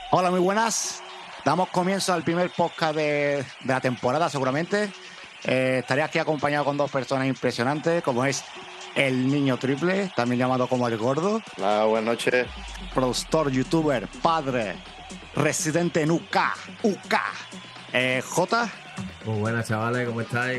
Hola, muy buenas. Damos comienzo al primer podcast de la temporada, seguramente. Estaré aquí acompañado con dos personas impresionantes, como es el Niño Triple, también llamado como el Gordo. Hola, buenas noches. Productor, youtuber, padre, residente en UK. J. Muy buenas, chavales, ¿cómo estáis?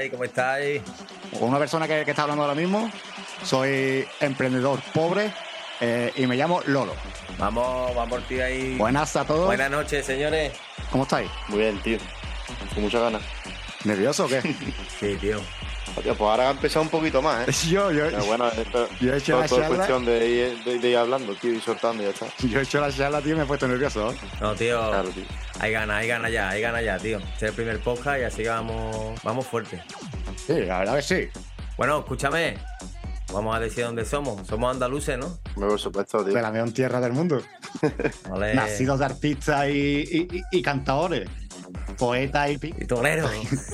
Una persona que está hablando ahora mismo. Soy emprendedor pobre y me llamo Lolo. Vamos, tío, ahí. Buenas a todos. Buenas noches, señores. ¿Cómo estáis? Muy bien, tío. Con muchas ganas. ¿Nervioso o qué? Sí, tío. Hostia, pues ahora ha empezado un poquito más, ¿eh? Pero bueno, esto yo he hecho todo la es charla. cuestión de ir hablando, tío, y soltando y ya está. Yo he hecho la charla, tío, y me he puesto nervioso. No, tío. Claro, tío. Hay ganas ya, tío. Este es el primer podcast y así que vamos fuerte. Sí, la verdad que sí. Bueno, escúchame. Vamos a decir dónde somos. Somos andaluces, ¿no? Por supuesto, tío. De la mejor tierra del mundo. Vale. Nacidos de artistas y cantadores. Poetas Y toreros.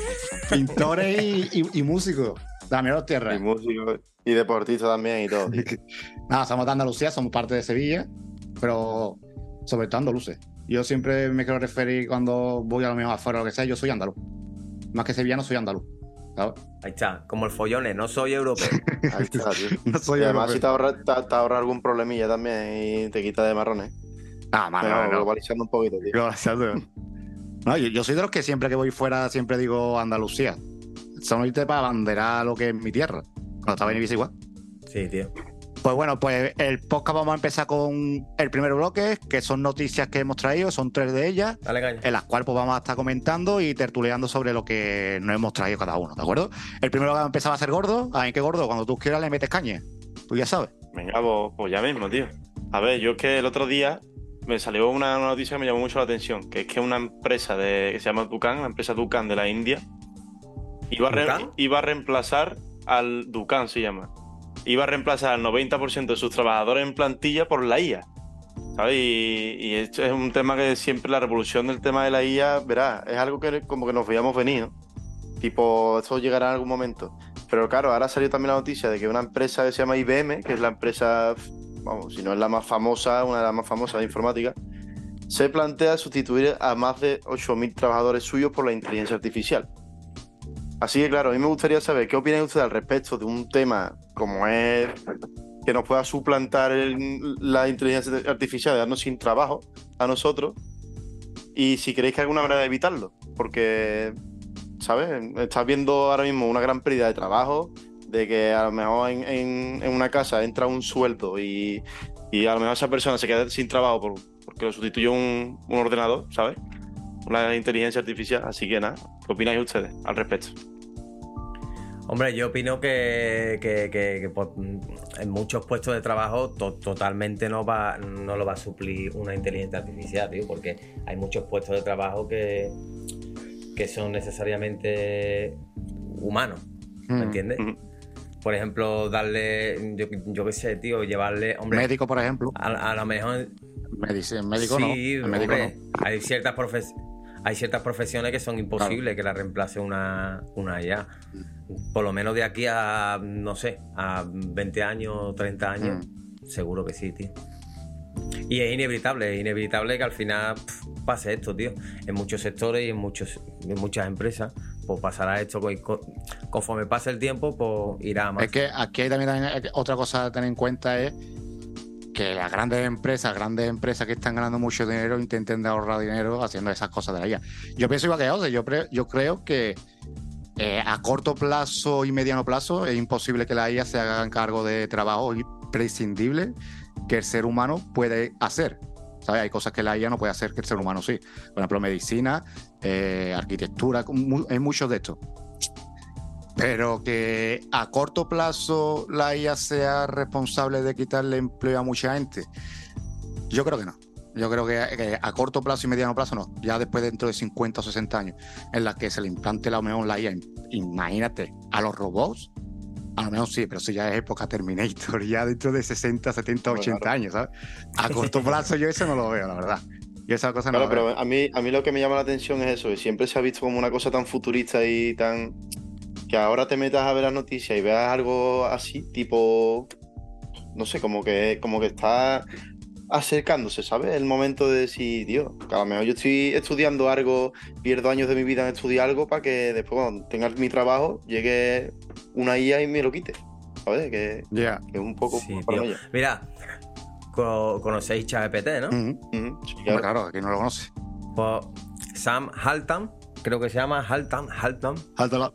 pintores y músicos. De la mejor tierra. Y músico, y deportista también y todo, tío. Nada, somos de Andalucía, somos parte de Sevilla, pero sobre todo andaluces. Yo siempre me quiero referir cuando voy a lo mejor afuera o lo que sea, yo soy andaluz. Más que sevillano, soy andaluz. ¿Sabes? Ahí está, como el follones, no soy europeo. Ahí está, tío. No soy Y además, europeo. si te ahorra algún problemilla también y te quita de marrones. No. Globalizando un poquito, tío. Gracias, tío. No, yo soy de los que siempre que voy fuera siempre digo Andalucía. Son irte para abanderar lo que es mi tierra. Cuando estaba en Ibiza igual. Sí, tío. Pues bueno, pues el podcast vamos a empezar con el primer bloque, que son noticias que hemos traído, son 3 de ellas, Dale caña. en las cuales pues vamos a estar comentando y tertuleando sobre lo que nos hemos traído cada uno, ¿de acuerdo? El primero que va a empezar va a ser Gordo. Ay, qué Gordo, cuando tú quieras le metes caña. Tú ya sabes. Venga, pues ya mismo, tío. A ver, yo es que el otro día me salió una noticia que me llamó mucho la atención, que es que una empresa que se llama Dukan, la empresa Dukan de la India, ¿Dukan? iba a reemplazar al Dukan, se llama. Iba a reemplazar al 90% de sus trabajadores en plantilla por la IA. ¿Sabes? Y esto es un tema que siempre, la revolución del tema de la IA, verás, es algo que como que nos veíamos venir, ¿no? Tipo, esto llegará en algún momento. Pero claro, ahora salió también la noticia de que una empresa que se llama IBM, que es la empresa, vamos, si no es la más famosa, una de las más famosas de informática, se plantea sustituir a más de 8.000 trabajadores suyos por la inteligencia artificial. Así que claro, a mí me gustaría saber qué opinan ustedes al respecto de un tema como es que nos pueda suplantar la inteligencia artificial, de darnos sin trabajo a nosotros, y si queréis que hay alguna manera de evitarlo, porque, ¿sabes? Estás viendo ahora mismo una gran pérdida de trabajo, de que a lo mejor en una casa entra un sueldo y a lo mejor esa persona se queda sin trabajo porque lo sustituye un ordenador, ¿sabes? Una inteligencia artificial. Así que nada, ¿qué opináis ustedes al respecto? Hombre, yo opino que en muchos puestos de trabajo totalmente no lo va a suplir una inteligencia artificial, tío, porque hay muchos puestos de trabajo que son necesariamente humanos, ¿me entiendes? Por ejemplo, darle, yo qué sé, tío, llevarle, hombre, Médico, por ejemplo. a lo mejor Médico sí, no. El médico hombre, no. hay ciertas profesiones que son imposibles que la reemplace una IA. Por lo menos de aquí a, no sé, a 20 años, 30 años, seguro que sí, tío. Y es inevitable que al final pase esto, tío. En muchos sectores y en muchas empresas, pues pasará esto. Conforme pase el tiempo, pues irá a más. Es que aquí hay también otra cosa a tener en cuenta es que las grandes empresas que están ganando mucho dinero intenten de ahorrar dinero haciendo esas cosas de la IA. Yo pienso igual que José, yo creo que a corto plazo y mediano plazo es imposible que la IA se haga cargo de trabajo imprescindible que el ser humano puede hacer. ¿Sabes? Hay cosas que la IA no puede hacer que el ser humano sí. Por ejemplo, medicina, arquitectura, hay muchos de estos. Pero que a corto plazo la IA sea responsable de quitarle empleo a mucha gente, yo creo que no. Yo creo que a corto plazo y mediano plazo no. Ya después, dentro de 50 o 60 años, en la que se le implante la mejor la IA, imagínate, a los robots, a lo mejor sí, pero eso ya es época Terminator, ya dentro de 60, 70, 80 años, ¿sabes? A corto plazo yo eso no lo veo, la verdad. Y esa cosa no Claro, la veo. pero a mí lo que me llama la atención es eso, que siempre se ha visto como una cosa tan futurista y tan... que ahora te metas a ver las noticias y veas algo así, tipo... no sé, como que está acercándose, ¿sabes? El momento de decir, Dios, que a lo mejor yo estoy estudiando algo, pierdo años de mi vida en estudiar algo para que después cuando tenga mi trabajo llegue una IA y me lo quite, ¿sabes? Que es un poco Sí, tío. paranoia. Mira, conocéis ChatGPT, ¿no? Sí, Claro, aquí no lo conoce. Pues Sam Altman, creo que se llama Altman. Jáltala.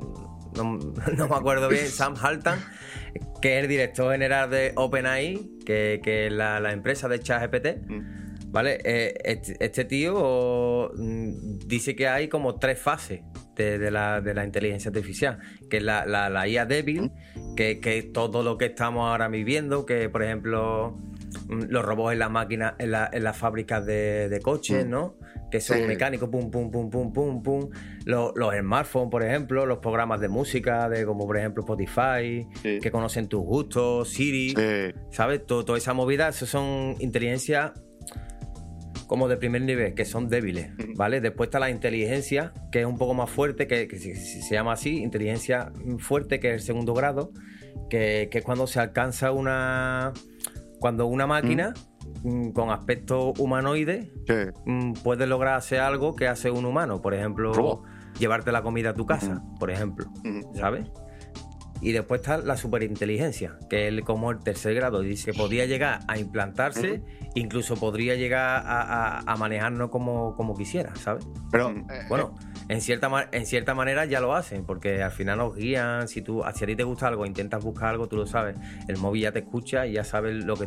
No me acuerdo bien, Sam Altman, que es el director general de OpenAI, que es la empresa de ChatGPT, ¿vale? Este tío dice que hay como 3 fases de la inteligencia artificial, que es la IA débil, que es todo lo que estamos ahora viviendo, que por ejemplo los robots en las máquinas, en las fábricas de coches, ¿no? Que son mecánicos, pum, pum, pum, pum, pum, pum. Los smartphones, por ejemplo, los programas de música, como por ejemplo Spotify, que conocen tus gustos, Siri, ¿sabes? Toda esa movida, eso son inteligencias como de primer nivel, que son débiles, ¿vale? Después está la inteligencia, que es un poco más fuerte, que se llama así, inteligencia fuerte, que es el segundo grado, que es cuando se alcanza cuando una máquina con aspecto humanoide puede lograr hacer algo que hace un humano, por ejemplo, llevarte la comida a tu casa, por ejemplo, ¿sabes? Y después está la superinteligencia, que es como el tercer grado. Dice que podría llegar a implantarse, incluso podría llegar a manejarnos como quisiera, ¿sabes? Pero, bueno, en cierta manera ya lo hacen, porque al final nos guían. Si a ti te gusta algo, intentas buscar algo, tú lo sabes. El móvil ya te escucha y ya sabes lo que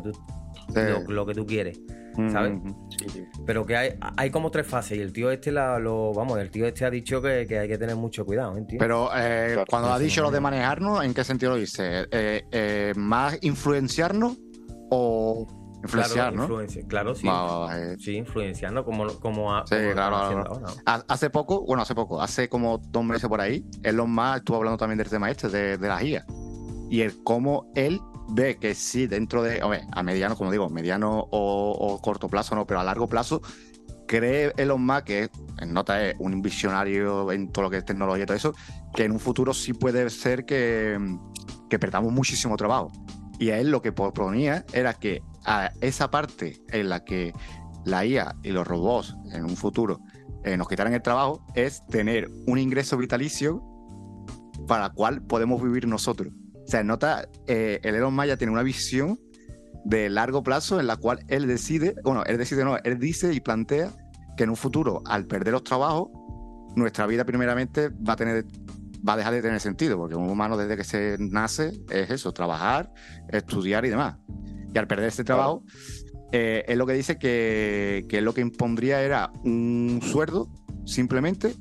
tú quieres, ¿sabes? Pero que hay como 3 fases y el tío este el tío este ha dicho que hay que tener mucho cuidado, ¿eh, tío? Pero cuando ha dicho lo de manejarnos, ¿en qué sentido lo dice? ¿Más influenciarnos o influenciar, claro, no? Claro, sí. Sí, influenciarnos como sí, claro. ahora. Hace como 2 meses por ahí, Elon Musk estuvo hablando también del tema de las IA. Y cómo él ve que sí, dentro de, a mediano, como digo, mediano o corto plazo, no, pero a largo plazo, cree Elon Musk, que en nota es un visionario en todo lo que es tecnología y todo eso, que en un futuro sí puede ser que perdamos muchísimo trabajo. Y a él lo que proponía era que a esa parte en la que la IA y los robots en un futuro nos quitaran el trabajo es tener un ingreso vitalicio para el cual podemos vivir nosotros. O sea, nota, el Elon Musk tiene una visión de largo plazo en la cual él dice y plantea que en un futuro, al perder los trabajos, nuestra vida primeramente va a dejar de tener sentido, porque un humano desde que se nace es eso, trabajar, estudiar y demás. Y al perder este trabajo, es lo que dice que lo que impondría era un sueldo, simplemente,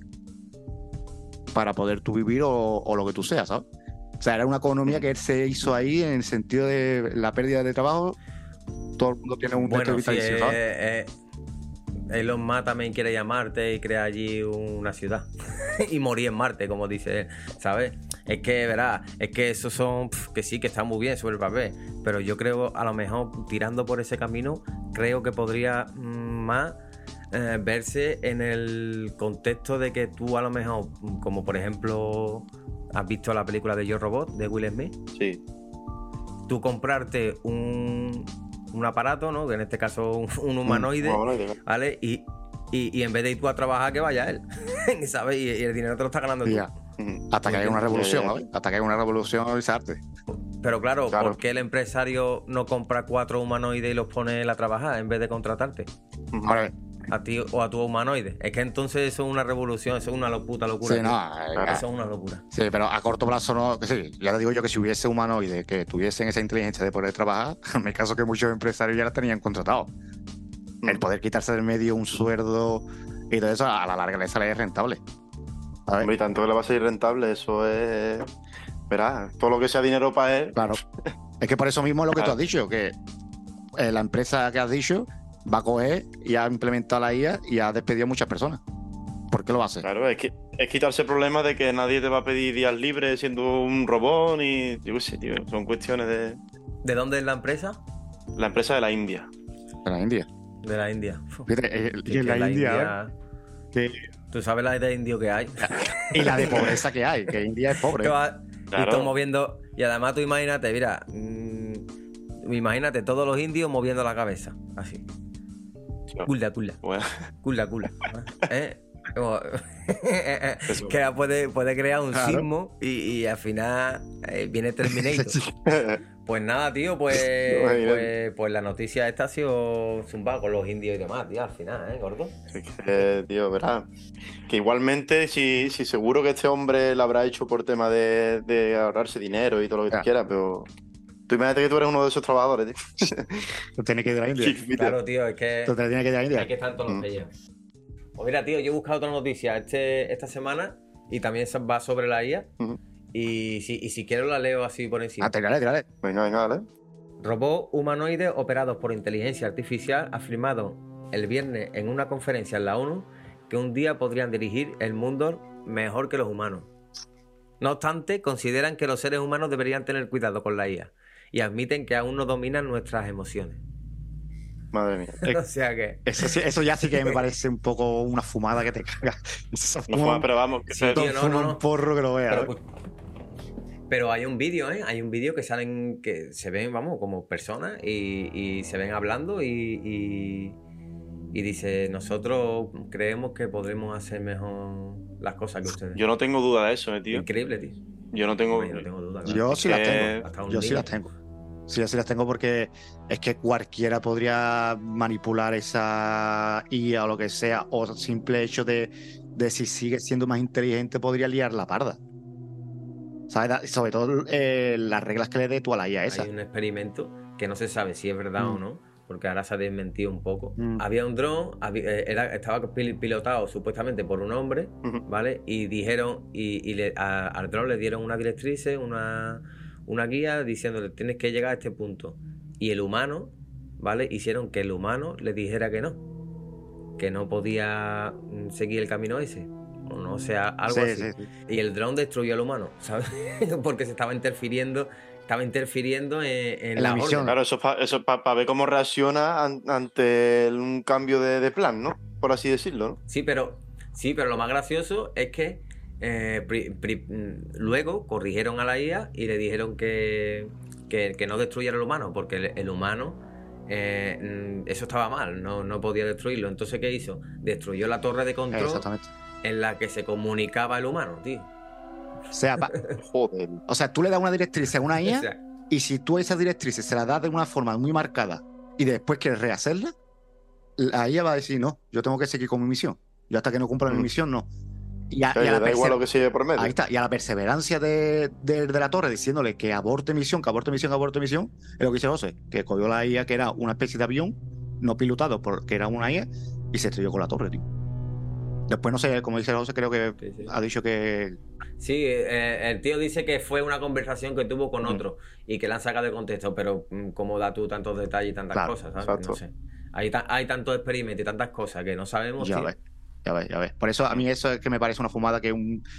para poder tú vivir o lo que tú seas, ¿sabes? O sea, era una economía que él se hizo ahí en el sentido de la pérdida de trabajo. Todo el mundo tiene un bueno, vitalicio, ¿sabes? Elon Musk también quiere ir a Marte y crear allí una ciudad y morir en Marte, como dice él, ¿sabes? Es que, verás, esos son que sí, que están muy bien sobre el papel, pero yo creo, a lo mejor, tirando por ese camino, creo que podría más verse en el contexto de que tú, a lo mejor, como por ejemplo, has visto la película de Yo Robot, de Will Smith. Sí. Tú comprarte un aparato, ¿no? Que en este caso un humanoide, ¿vale? Y en vez de ir tú a trabajar, que vaya él, ¿sabes? Y el dinero te lo está ganando tú. Hasta que haya una revolución, ¿sabes? Hasta que haya una revolución a avisarte. Pero claro, ¿por qué el empresario no compra 4 humanoides y los pone él a trabajar en vez de contratarte? Ahora, a ti o a tu humanoide. Es que entonces eso es una revolución, eso es una puta locura. Sí, no, eso es una locura. Sí, pero a corto plazo no. Sí, ya te digo yo que si hubiese humanoides que tuviesen esa inteligencia de poder trabajar, en el caso que muchos empresarios ya las tenían contratados. El poder quitarse del medio un sueldo y todo eso, a la larga le sale rentable. Hombre, y tanto que le va a salir rentable, eso es. Verás, todo lo que sea dinero para él. Claro. Es que por eso mismo es lo que tú has dicho, que la empresa que has dicho va a coger y ha implementado la IA y ha despedido a muchas personas. ¿Por qué lo hace? Claro, es quitarse el problema de que nadie te va a pedir días libres siendo un robot ni. Yo qué sé, tío. Son cuestiones de. ¿De dónde es la empresa? La empresa de la India. De la India. De la India. Fíjate, y en la India. Tú sabes la de indio que hay. Y la de pobreza que hay, que India es pobre. Claro. Y estamos viendo. Y además tú imagínate, mira, imagínate todos los indios moviendo la cabeza, así. Cula. Bueno. Cula. Como- que puede crear un sismo y al final viene Terminator. Pues nada, tío, pues la noticia esta ha sido zumbada con los indios y demás, tío, al final, gordo. Es que, tío, verás. Que igualmente, si seguro que este hombre lo habrá hecho por tema de ahorrarse dinero y todo lo que tú quieras, pero tú imagínate que tú eres uno de esos trabajadores, tío. Tú tienes que ir a la India. Claro, tío, es que Tú te tienes que ir a la India. hay que estar en todos los pellejos. Pues mira, tío, yo he buscado otra noticia esta semana y también va sobre la IA. Ujú. Y si quiero la leo así por encima. Tírale. Venga, dale. Robots humanoides operados por inteligencia artificial afirmaron el viernes en una conferencia en la ONU que un día podrían dirigir el mundo mejor que los humanos. No obstante, consideran que los seres humanos deberían tener cuidado con la IA y admiten que aún no dominan nuestras emociones. Madre mía. O sea que... Eso ya sí que me parece un poco una fumada que te cagas. No fuma, pero vamos, que Sí, tío, no. un porro que lo veas. Pero hay un vídeo, Hay un vídeo que se ven, vamos, como personas y se ven hablando y dice, nosotros creemos que podremos hacer mejor las cosas que ustedes. yo no tengo duda de eso, tío. Increíble, tío. Yo no tengo. Yo no tengo duda. Claro. Yo sí las que- tengo. Hasta un Yo sí niño. las tengo. Sí, las tengo porque es que cualquiera podría manipular esa IA o lo que sea, o el simple hecho de si sigue siendo más inteligente podría liar la parda. ¿Sabes? Sobre todo las reglas que le dé tú a la IA esa. Hay un experimento que no se sabe si es verdad o no, porque ahora se ha desmentido un poco. Había un dron, estaba pilotado supuestamente por un hombre, Ujú. ¿vale? Y dijeron, al dron le dieron una directriz, una guía diciéndole tienes que llegar a este punto. Y el humano, ¿vale? Hicieron que el humano le dijera que no podía seguir el camino ese. O no, o sea, algo así. Sí. Y el dron destruyó al humano, ¿sabes? Porque se estaba interfiriendo en la misión. Claro, eso es para ver cómo reacciona ante un cambio de plan, ¿no? Por así decirlo, ¿no? Sí, pero lo más gracioso es que luego corrigieron a la IA y le dijeron que no destruyera al humano, porque el humano, eso estaba mal, no podía destruirlo. Entonces, ¿qué hizo? Destruyó la torre de control Exactamente. en la que se comunicaba el humano, tío. O sea, Joder. o sea, tú le das una directriz a una IA O sea, y si tú esas directrices se las das de una forma muy marcada y después quieres rehacerla, la IA va a decir, no, yo tengo que seguir con mi misión. Yo hasta que no cumpla mi misión, no. Y a Que la da igual lo que se lleve por medio. Ahí está. Y a la perseverancia de la torre diciéndole que aborte misión, es lo que dice José, que cogió la IA que era una especie de avión no pilotado porque era una IA y se estrelló con la torre, tío. Después, no sé, como dice José, creo que sí. ha dicho que... Sí, el tío dice que fue una conversación que tuvo con otro y que la han sacado de contexto, pero como da tú tantos detalles y tantas cosas, ¿sabes? exacto. No sé. Hay tantos experimentos y tantas cosas que no sabemos, Ya tío. ves. Por eso a mí eso es que me parece una fumada que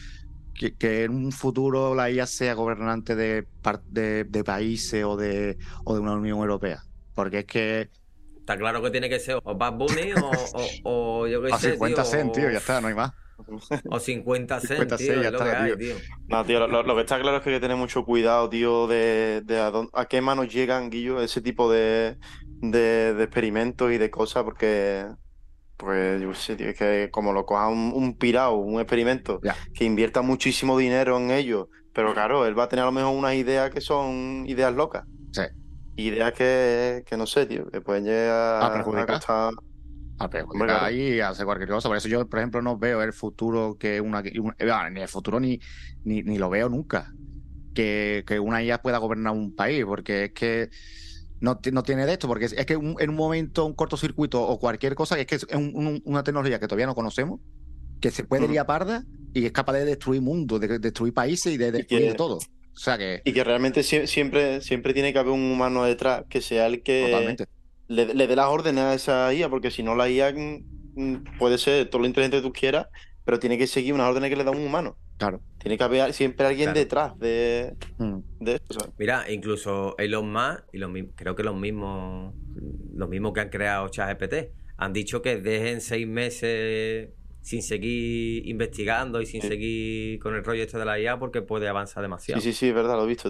en un futuro la IA sea gobernante de países o de una Unión Europea. Porque es que... Está claro que tiene que ser o Bad Bunny o yo qué A sé, 50 tío, cent, tío, ya está, no hay más. o 50 cent, 50 tío, cent, ya es lo está, que hay, tío. tío. No, tío, lo que está claro es que hay que tener mucho cuidado, tío, de a qué manos llegan, Guillo, ese tipo de experimentos y de cosas, porque, pues, yo sé, tío, es que como lo coja un pirao, un experimento, Ya. que invierta muchísimo dinero en ello, pero claro, él va a tener a lo mejor unas ideas que son ideas locas. Sí. Ideas que no sé, tío, que pueden llegar A perjudicar. costar... A Hombre, perjudicar claro. y a hacer cualquier cosa. Por eso yo, por ejemplo, no veo el futuro que ni el futuro ni lo veo nunca. Que una IA pueda gobernar un país, porque es que no tiene de esto, porque es que en un momento, un cortocircuito o cualquier cosa, es que es una tecnología que todavía no conocemos, que se puede liar parda y es capaz de destruir mundos, de destruir países y de destruir todo. O sea que... Y que realmente siempre tiene que haber un humano detrás que sea el que Totalmente. le dé las órdenes a esa IA, porque si no la IA puede ser todo lo inteligente que tú quieras, pero tiene que seguir unas órdenes que le da un humano. Claro. Tiene que haber siempre alguien Claro. detrás de eso, ¿sabes? Mira, incluso Elon Musk y creo que los mismos que han creado ChatGPT han dicho que dejen 6 meses sin seguir investigando y sin seguir con el rollo este de la IA porque puede avanzar demasiado. Sí, es verdad, lo he visto, tío.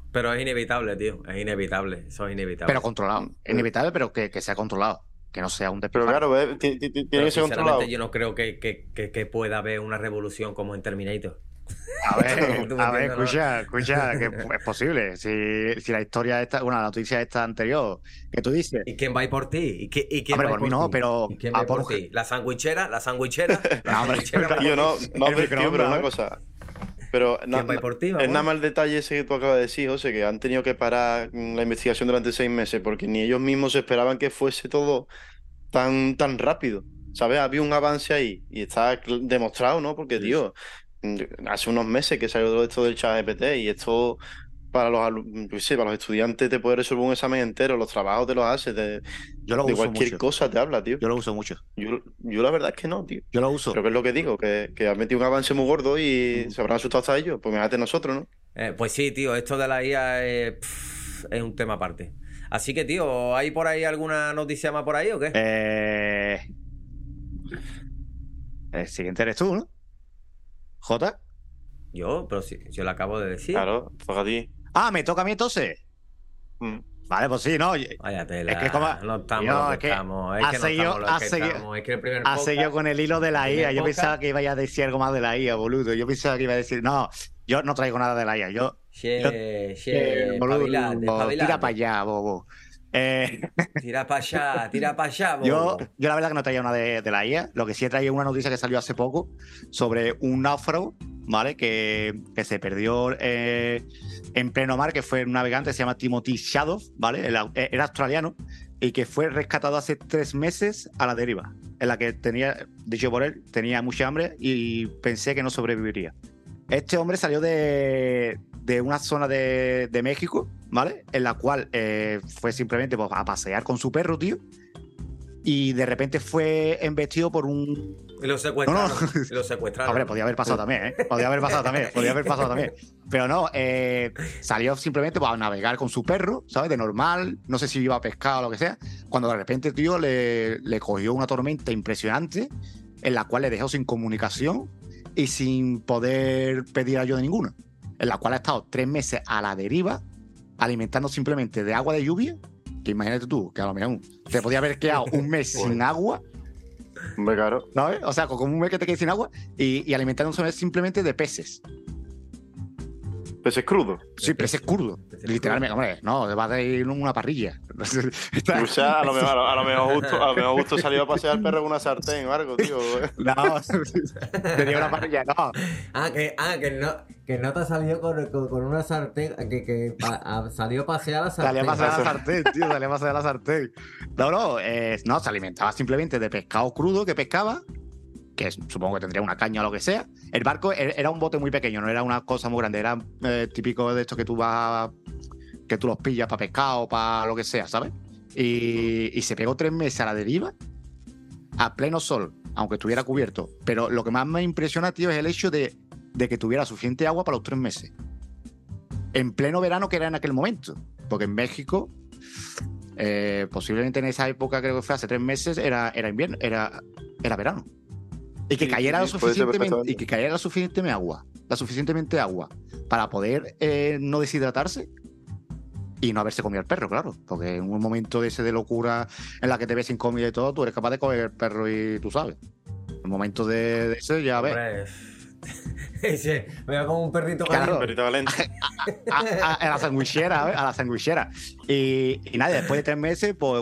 Pero es inevitable, tío. Es inevitable. Eso es inevitable. Pero controlado. Es inevitable, pero que sea controlado. Que no sea un Pero despilfarro. claro, tiene que ser controlado. Sinceramente, yo no creo que pueda haber una revolución como en Terminator. A ver, Tú me a ver, entiendes, ¿no? escucha, que es posible. Si la historia esta, bueno, la noticia esta anterior, que tú dices, ¿Y quién va a ir por ti? ¿Y quién hombre, va a ir por mí no, ti? pero ¿Y quién va a ir por ti? ¿La sandwichera? ¿La sandwichera? No, hombre, Tío, no, El pero, tío, microondas, pero una ¿eh? cosa. Pero ¿Quién va a ir por ti, es vamos? nada más el detalle ese que tú acabas de decir, José, que han tenido que parar la investigación durante 6 meses, porque ni ellos mismos esperaban que fuese todo tan rápido. ¿Sabes? Había un avance ahí y está demostrado, ¿no? Porque, tío, hace unos meses que salió todo esto del ChatGPT y esto para yo qué sé, para los estudiantes te puede resolver un examen entero, los trabajos te los hace, Yo lo de uso cualquier mucho. cosa te habla, tío. Yo lo uso mucho. Yo la verdad es que no, tío. Yo lo uso. Pero ¿qué es lo que digo? Que han metido un avance muy gordo y se habrán asustado hasta ellos. Pues imagínate nosotros, ¿no? Pues sí, tío. Esto de la IA es un tema aparte. Así que, tío, ¿hay por ahí alguna noticia más por ahí o qué? El siguiente eres tú, ¿no? ¿Jota? Pero sí, yo lo acabo de decir. Claro, toca a ti. Ah, me toca a mí entonces. Mm. Vale, pues sí, no. Vaya tela. Es que como... No estamos Tío, lo es que que estamos. Es ha que no seguido- estamos lo ha que seguido- estamos. Es que el primer Ha seguido podcast... con el hilo de la primer IA. Yo podcast- pensaba que iba a decir algo más de la IA, boludo. Yo pensaba que iba a decir, no, yo no traigo nada de la IA. Boludo, Espabilate. tira para allá, bobo. Tira para allá, bobo. Yo la verdad que no traía una de la IA. Lo que sí he traído una noticia que salió hace poco sobre un náufrago, ¿vale? Que se perdió en pleno mar, que fue un navegante, se llama Timothy Shadow, ¿vale? Era australiano y que fue rescatado hace 3 meses a la deriva, en la que tenía, dicho por él, tenía mucha hambre y pensé que no sobreviviría. Este hombre salió de una zona de México, ¿vale? En la cual fue simplemente pues, a pasear con su perro, tío. Y de repente fue embestido por un... Y lo secuestraron. No. Y lo secuestraron. Hombre, podía haber pasado también, ¿eh? Podía haber pasado también. Pero no, salió simplemente pues, a navegar con su perro, ¿sabes? De normal, no sé si iba a pescar o lo que sea. Cuando de repente, tío, le cogió una tormenta impresionante en la cual le dejó sin comunicación y sin poder pedir ayuda ninguna. En la cual ha estado 3 meses a la deriva, alimentando simplemente de agua de lluvia, que imagínate tú, que a lo mejor te podía haber quedado un mes sin agua, Hombre, claro. ¿sabes? O sea, como un mes que te quedes sin agua y alimentándose simplemente de peces. Peces crudos. Sí, peces kurdos. Literalmente, hombre, no, va a ir una parrilla. O sea, a lo mejor justo salió a pasear el perro con una sartén o algo, tío. No, tenía una parrilla, no. Que no te salió con una sartén, salió a pasear la Salía a pasear la sartén, tío, salía a pasear la sartén. No, se alimentaba simplemente de pescado crudo que pescaba, que supongo que tendría una caña o lo que sea. El barco era un bote muy pequeño, no era una cosa muy grande, era típico de estos que tú los pillas para pescado o para lo que sea, ¿sabes? Y se pegó 3 meses a la deriva, a pleno sol, aunque estuviera cubierto. Pero lo que más me impresiona, tío, es el hecho de que tuviera suficiente agua para los 3 meses. En pleno verano, que era en aquel momento. Porque en México, posiblemente en esa época, creo que fue hace 3 meses, era invierno, era verano. Y que cayera la suficientemente agua para poder no deshidratarse y no haberse comido el perro, claro. Porque en un momento de ese de locura en la que te ves sin comida y todo, tú eres capaz de coger el perro y tú sabes. En un momento de ese ya ves. Ese, me va como un perrito Claro. Perrito valente. A la sandwichera, ¿ves? A la sandwichera. Y nada, después de 3 meses, pues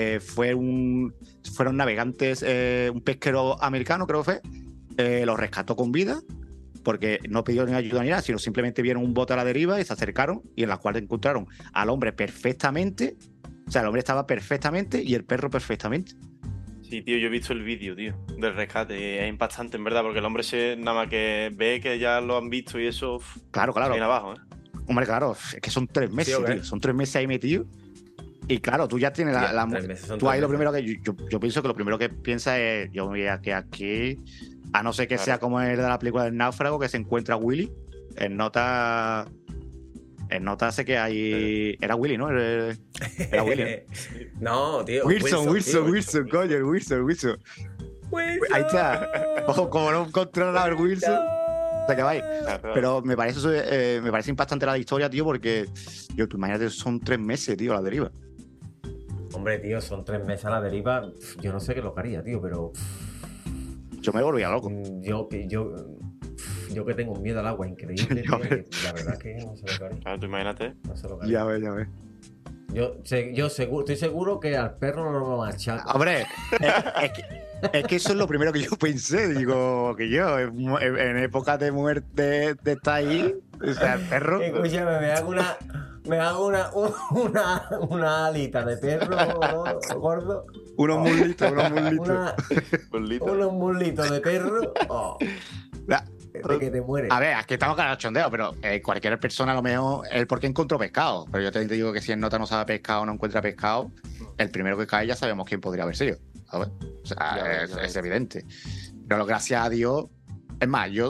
fueron navegantes, un pesquero americano, creo que fue, los rescató con vida, porque no pidió ni ayuda ni nada, sino simplemente vieron un bote a la deriva y se acercaron, y en la cual encontraron al hombre perfectamente. O sea, el hombre estaba perfectamente y el perro perfectamente. Sí, tío, yo he visto el vídeo, tío, del rescate. Es impactante, en verdad, porque el hombre nada más que ve que ya lo han visto y eso... Claro. Viene abajo, ¿eh? Hombre, claro, es que son 3 meses, Sí, okay. tío. Son 3 meses ahí metidos. Y claro, tú ya tienes tú ahí lo primero que... Yo pienso que lo primero que piensas es... Yo mira que aquí... A no ser que sea como el de la película del náufrago, que se encuentra Willy. En nota sé que hay... Era Willy, ¿no? Era Willy, ¿no? No, tío. Wilson, coño, el Wilson. Ahí está. Ojo, como no encontraron a ver Wilson. sea, que vais. Claro. Pero me parece impactante la historia, tío, porque, yo, tú imagínate, son 3 meses, tío, a la deriva. Hombre, tío, son 3 meses a la deriva. Yo no sé qué lo que haría, tío, pero Yo me volvía loco. yo que tengo un miedo al agua increíble, Ya tío, ves. que la verdad es que no sé lo que haría. Claro, tú imagínate. No sé lo que haría. Ya ves. Estoy seguro que al perro no lo machaco. Hombre, es que eso es lo primero que yo pensé. Digo, que yo, en épocas de muerte, de estar ahí, o sea, el perro. Escúchame, me hago una alita de perro gordo. Unos muslitos. Unos muslitos de perro. Oh, de que te mueres. A ver, aquí estamos con el cachondeo, pero cualquier persona a lo mejor el por qué encontró pescado. Pero yo te digo que si el nota no sabe pescado o no encuentra pescado, el primero que cae ya sabemos quién podría haber sido, ¿sabes? O sea, es evidente. Pero gracias a Dios, es más, yo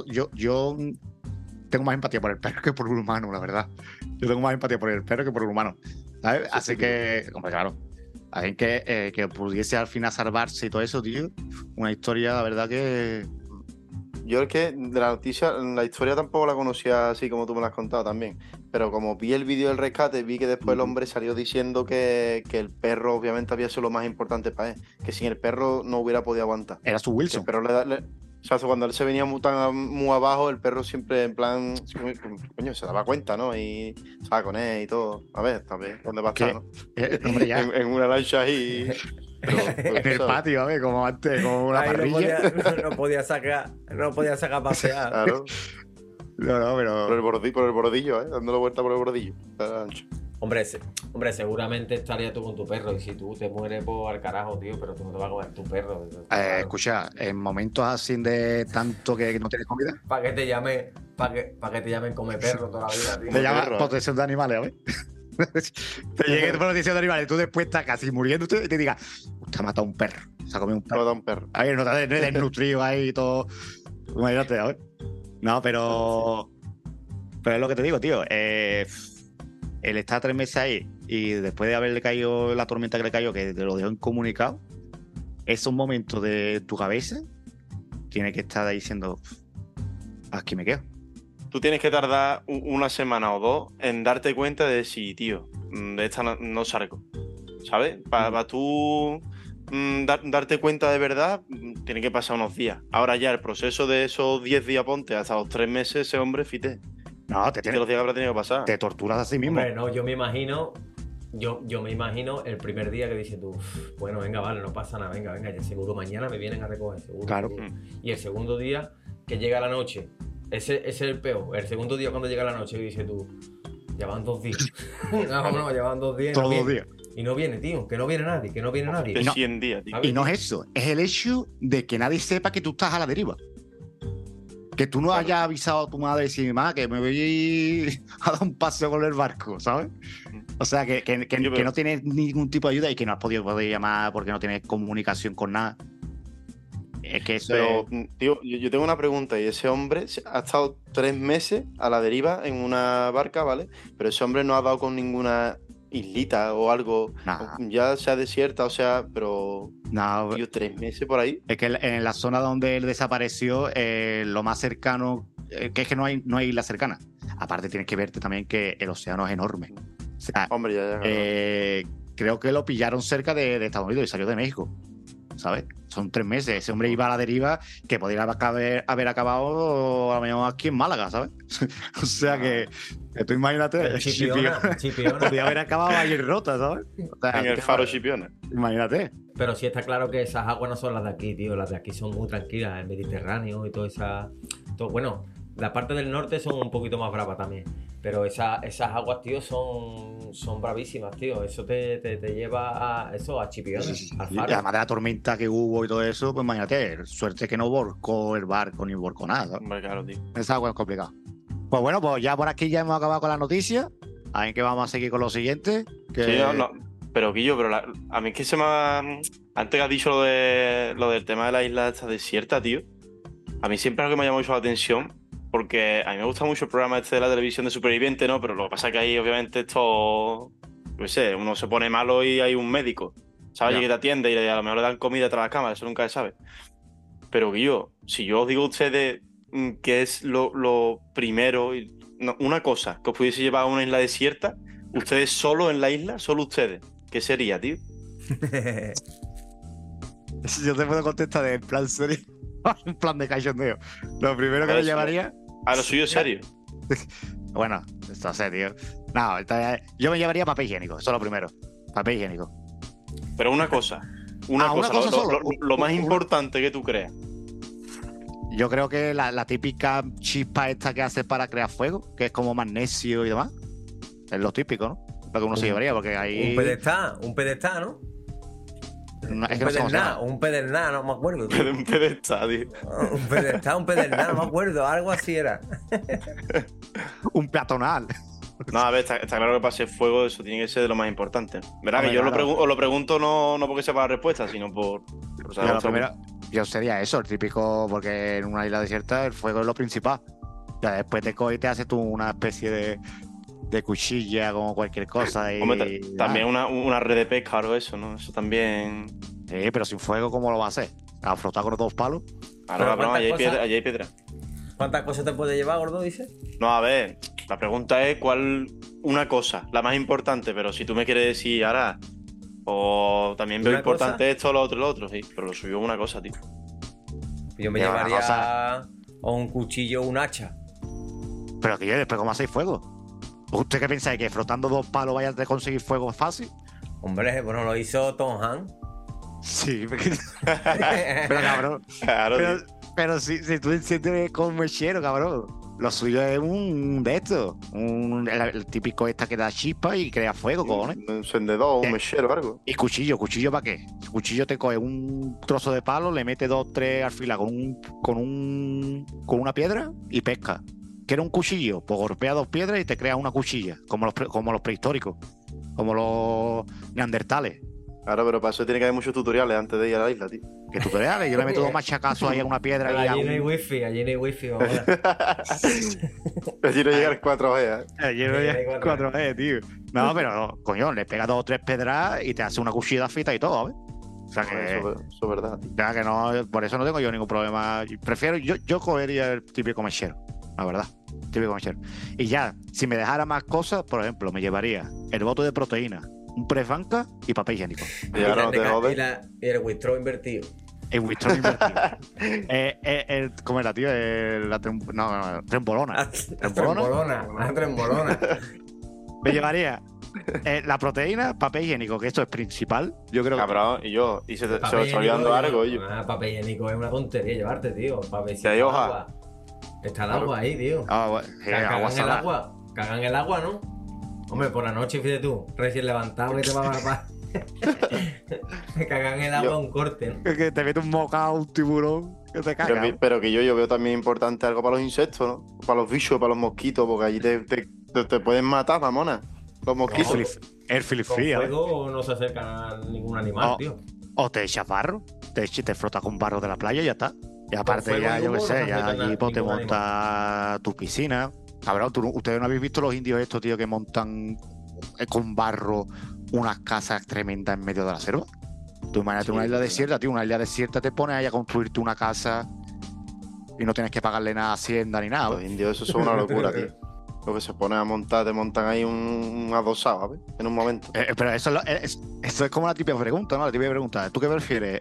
tengo más empatía por el perro que por un humano, la verdad. Yo tengo más empatía por el perro que por el humano, ¿sabes? Así que, hombre, claro. Así que pudiese al final salvarse y todo eso, tío. Una historia, la verdad que... Yo es que de la noticia, la historia tampoco la conocía así como tú me la has contado también. Pero como vi el vídeo del rescate, vi que después el hombre salió diciendo que el perro obviamente había sido lo más importante para él. Que sin el perro no hubiera podido aguantar. Era su Wilson. Pero o sea, cuando él se venía muy abajo, el perro siempre en plan, coño, se daba cuenta, ¿no? Y estaba con él y todo. A ver, también, ¿dónde va a estar, no? Hombre, ya. En una lancha ahí. En el patio, a ver, como antes, como una Ahí parrilla. no podía sacar a pasear. Claro, No, pero... por el bordillo, dándole vuelta por el bordillo. de la lancha. Hombre, seguramente estarías tú con tu perro y si tú te mueres, pues al carajo, tío, pero tú no te vas a comer tu perro. Escucha, en momentos así de tanto que no tienes comida, Para que te llamen come perro toda la vida, tío. te llama perro, protección de animales, a ver. Te llegue tu protección de animales, tú después estás casi muriéndote y te digas, usted ha matado a un perro, se ha comido un No perro. da un perro. A ver, no te desnutrido ahí y todo. Imagínate, a ver. No, pero es lo que te digo, tío. Él está 3 meses ahí y después de haberle caído la tormenta que le cayó, que te lo dejó incomunicado, esos momentos de tu cabeza tiene que estar ahí diciendo, aquí me quedo. Tú tienes que tardar una semana o dos en darte cuenta de si, tío, de esta no salgo. ¿Sabes? Para tú darte cuenta de verdad, tiene que pasar unos días. Ahora ya el proceso de esos 10 días, ponte, hasta los 3 meses, ese hombre, fíjate. No, De los días que habrá tenido que pasar. te torturas a sí mismo. Hombre, no, yo me imagino el primer día que dices tú, bueno, venga, vale, no pasa nada, venga, ya seguro mañana me vienen a recoger, seguro. Claro. seguro. Y el segundo día que llega la noche, ese es el peor. El segundo día cuando llega la noche y dices tú, ya van 2 días. no, ya van 2 días. Todos los días. Y no viene, tío, que no viene nadie. De no. 100 días, tío. Y no es eso, es el hecho de que nadie sepa que tú estás a la deriva. Que tú no hayas avisado a tu madre y decir, mamá, que me voy a dar un paseo con el barco, ¿sabes? O sea, que no tienes ningún tipo de ayuda y que no has podido poder llamar porque no tienes comunicación con nada. Es que eso Pero, es... tío, yo tengo una pregunta. Y ese hombre ha estado 3 meses a la deriva en una barca, ¿vale? Pero ese hombre no ha dado con ninguna islita o algo. Nah. Ya sea desierta, o sea, pero... No, Tío, 3 meses por ahí. es que en la zona donde él desapareció, lo más cercano, que es que no hay isla cercana. Aparte tienes que verte también que el océano es enorme. O sea, Hombre, ya. creo que lo pillaron cerca de Estados Unidos y salió de México, ¿sabes? Son 3 meses. Ese hombre iba a la deriva que podría haber acabado a lo mejor aquí en Málaga, ¿sabes? O sea que tú imagínate, Chipiona. podría haber acabado ahí en Rota, ¿sabes? O sea, En el faro Chipiona. imagínate. Pero sí está claro que esas aguas no son las de aquí, tío. Las de aquí son muy tranquilas, el Mediterráneo y toda esa... Bueno, la parte del norte son un poquito más bravas también. Pero esas aguas, tío, son bravísimas, tío. Eso te lleva a Chipiona, al Y faro. además de la tormenta que hubo y todo eso, pues imagínate, suerte que no volcó el barco ni volcó nada, ¿sabes? Hombre, claro, tío. Esa agua es complicada. Pues bueno, pues ya por aquí ya hemos acabado con las noticias. Ahí que vamos a seguir con lo siguiente. Que... Sí, no. Pero, Guillo, a mí es que se me ha... Antes que has dicho lo del tema de la isla esta desierta, tío. A mí siempre es lo que me ha llamado mucho la atención. Porque a mí me gusta mucho el programa este de la televisión de superviviente, ¿no? Pero lo que pasa es que ahí, obviamente, esto... No sé, uno se pone malo y hay un médico, ¿sabes? Ya. Y que te atiende y a lo mejor le dan comida tras las cámaras, eso nunca se sabe. Pero, Guillo, si yo os digo a ustedes qué es lo primero, una cosa que os pudiese llevar a una isla desierta, ustedes solo en la isla, solo ustedes. ¿Qué sería, tío? Yo te puedo contestar en plan serio, en plan de cachondeo. Lo primero que me llevaría... A lo suyo es serio. Bueno, esto sé, tío. No, yo me llevaría papel higiénico, eso es lo primero. Papel higiénico. Pero una cosa. Una cosa solo. Lo más importante que tú creas. Yo creo que la típica chispa esta que hace para crear fuego, que es como magnesio y demás, es lo típico, ¿no? Lo que uno se llevaría, porque ahí... Un pedestal, ¿no? Es que no sé cómo se llama. Un pedernal, no me acuerdo. Un pedestal, tío. Un pedernal, no me acuerdo, algo así era. Un peatonal. No, a ver, está claro que para hacer fuego eso tiene que ser de lo más importante. Verá que yo claro. os lo pregunto no porque sepa la respuesta, sino por saber Lo primero, yo sería eso, el típico, porque en una isla desierta el fuego es lo principal. Ya después te coges y te haces tú una especie de cuchilla como cualquier cosa. Y, hombre, también una red de pesca o algo de eso, ¿no? Eso también... Sí, pero sin fuego, ¿cómo lo va a hacer? ¿A frotar con 2 palos? Claro, cabrón, allí hay piedra. ¿Cuántas cosas te puede llevar, gordo, dice? No, a ver, la pregunta es cuál una cosa, la más importante, pero si tú me quieres decir ahora, o también veo importante esto, lo otro, sí, pero lo suyo es una cosa, tío. Yo me llevaría o un cuchillo o un hacha. Pero que yo después, ¿cómo hacéis fuego? ¿Usted qué pensáis? ¿Que frotando 2 palos vayas a conseguir fuego fácil? Hombre, bueno, lo hizo Tom Hanks. Sí, pero cabrón. Claro, pero si tú enciendes con un mechero, cabrón. Lo suyo es un de estos. El típico esta que da chispa y crea fuego, cojones. Un encendedor, un mechero, algo. ¿Y cuchillo para qué? Cuchillo te coge un trozo de palo, le mete 2, 3 alfilas con una piedra y pesca. ¿Quieres un cuchillo? Pues golpea 2 piedras y te crea una cuchilla, como los prehistóricos, como los neandertales. Claro, pero para eso tiene que haber muchos tutoriales antes de ir a la isla, tío. ¿Qué tutoriales? Yo le meto 2 machacazos ahí a una piedra. Allí no hay wifi, vamos a ver. Allí no llega el 4G, Allí no llega el 4G, tío. No, pero, coño, le pega 2 o 3 pedras y te hace una cuchilla de fita y todo, ¿ves? O sea que... Eso es verdad, tío. Ya que no, por eso no tengo yo ningún problema. Prefiero, yo cogería el típico mechero, la verdad. Típico mechero. Y ya, si me dejara más cosas, por ejemplo, me llevaría el bote de proteína, un press banca y papel higiénico. Y ahora no te jodes. Y el withdraw invertido. El withdraw invertido. ¿Cómo era, tío? Trembolona. La trembolona. Me llevaría la proteína, papel higiénico, que esto es principal. Yo creo Cabrón, y se lo está olvidando algo, yo. Papel higiénico es una tontería llevarte, tío. Papel Si hay hoja. Está el agua ahí, tío. Cagan el agua, ¿no? Hombre, por la noche, fíjate tú, recién levantado que te va a agarrar. Me cagan el agua un corte, ¿no? Que te mete un mocao, un tiburón, que te caga. Pero que yo veo también importante algo para los insectos, ¿no? Para los bichos, para los mosquitos, porque allí te pueden matar, mamona. Los mosquitos. El Philip Con Fría. fuego no se acerca a ningún animal, tío. O te echas barro, te frotas con barro de la playa y ya está. Y aparte ya, yo qué sé, no ya allí pues, te montas tu piscina. Cabrón, ustedes no habéis visto los indios estos, tío, que montan con barro unas casas tremendas en medio de la selva. Tú imagínate una isla desierta, tío, una isla desierta te pones ahí a construirte una casa y no tienes que pagarle nada a Hacienda ni nada. Los indios, eso es una locura, tío. Lo que se ponen a montar, te montan ahí un adosado, ¿sabes? En un momento. Pero eso es como la típica pregunta, ¿no? La típica pregunta. ¿Tú qué prefieres?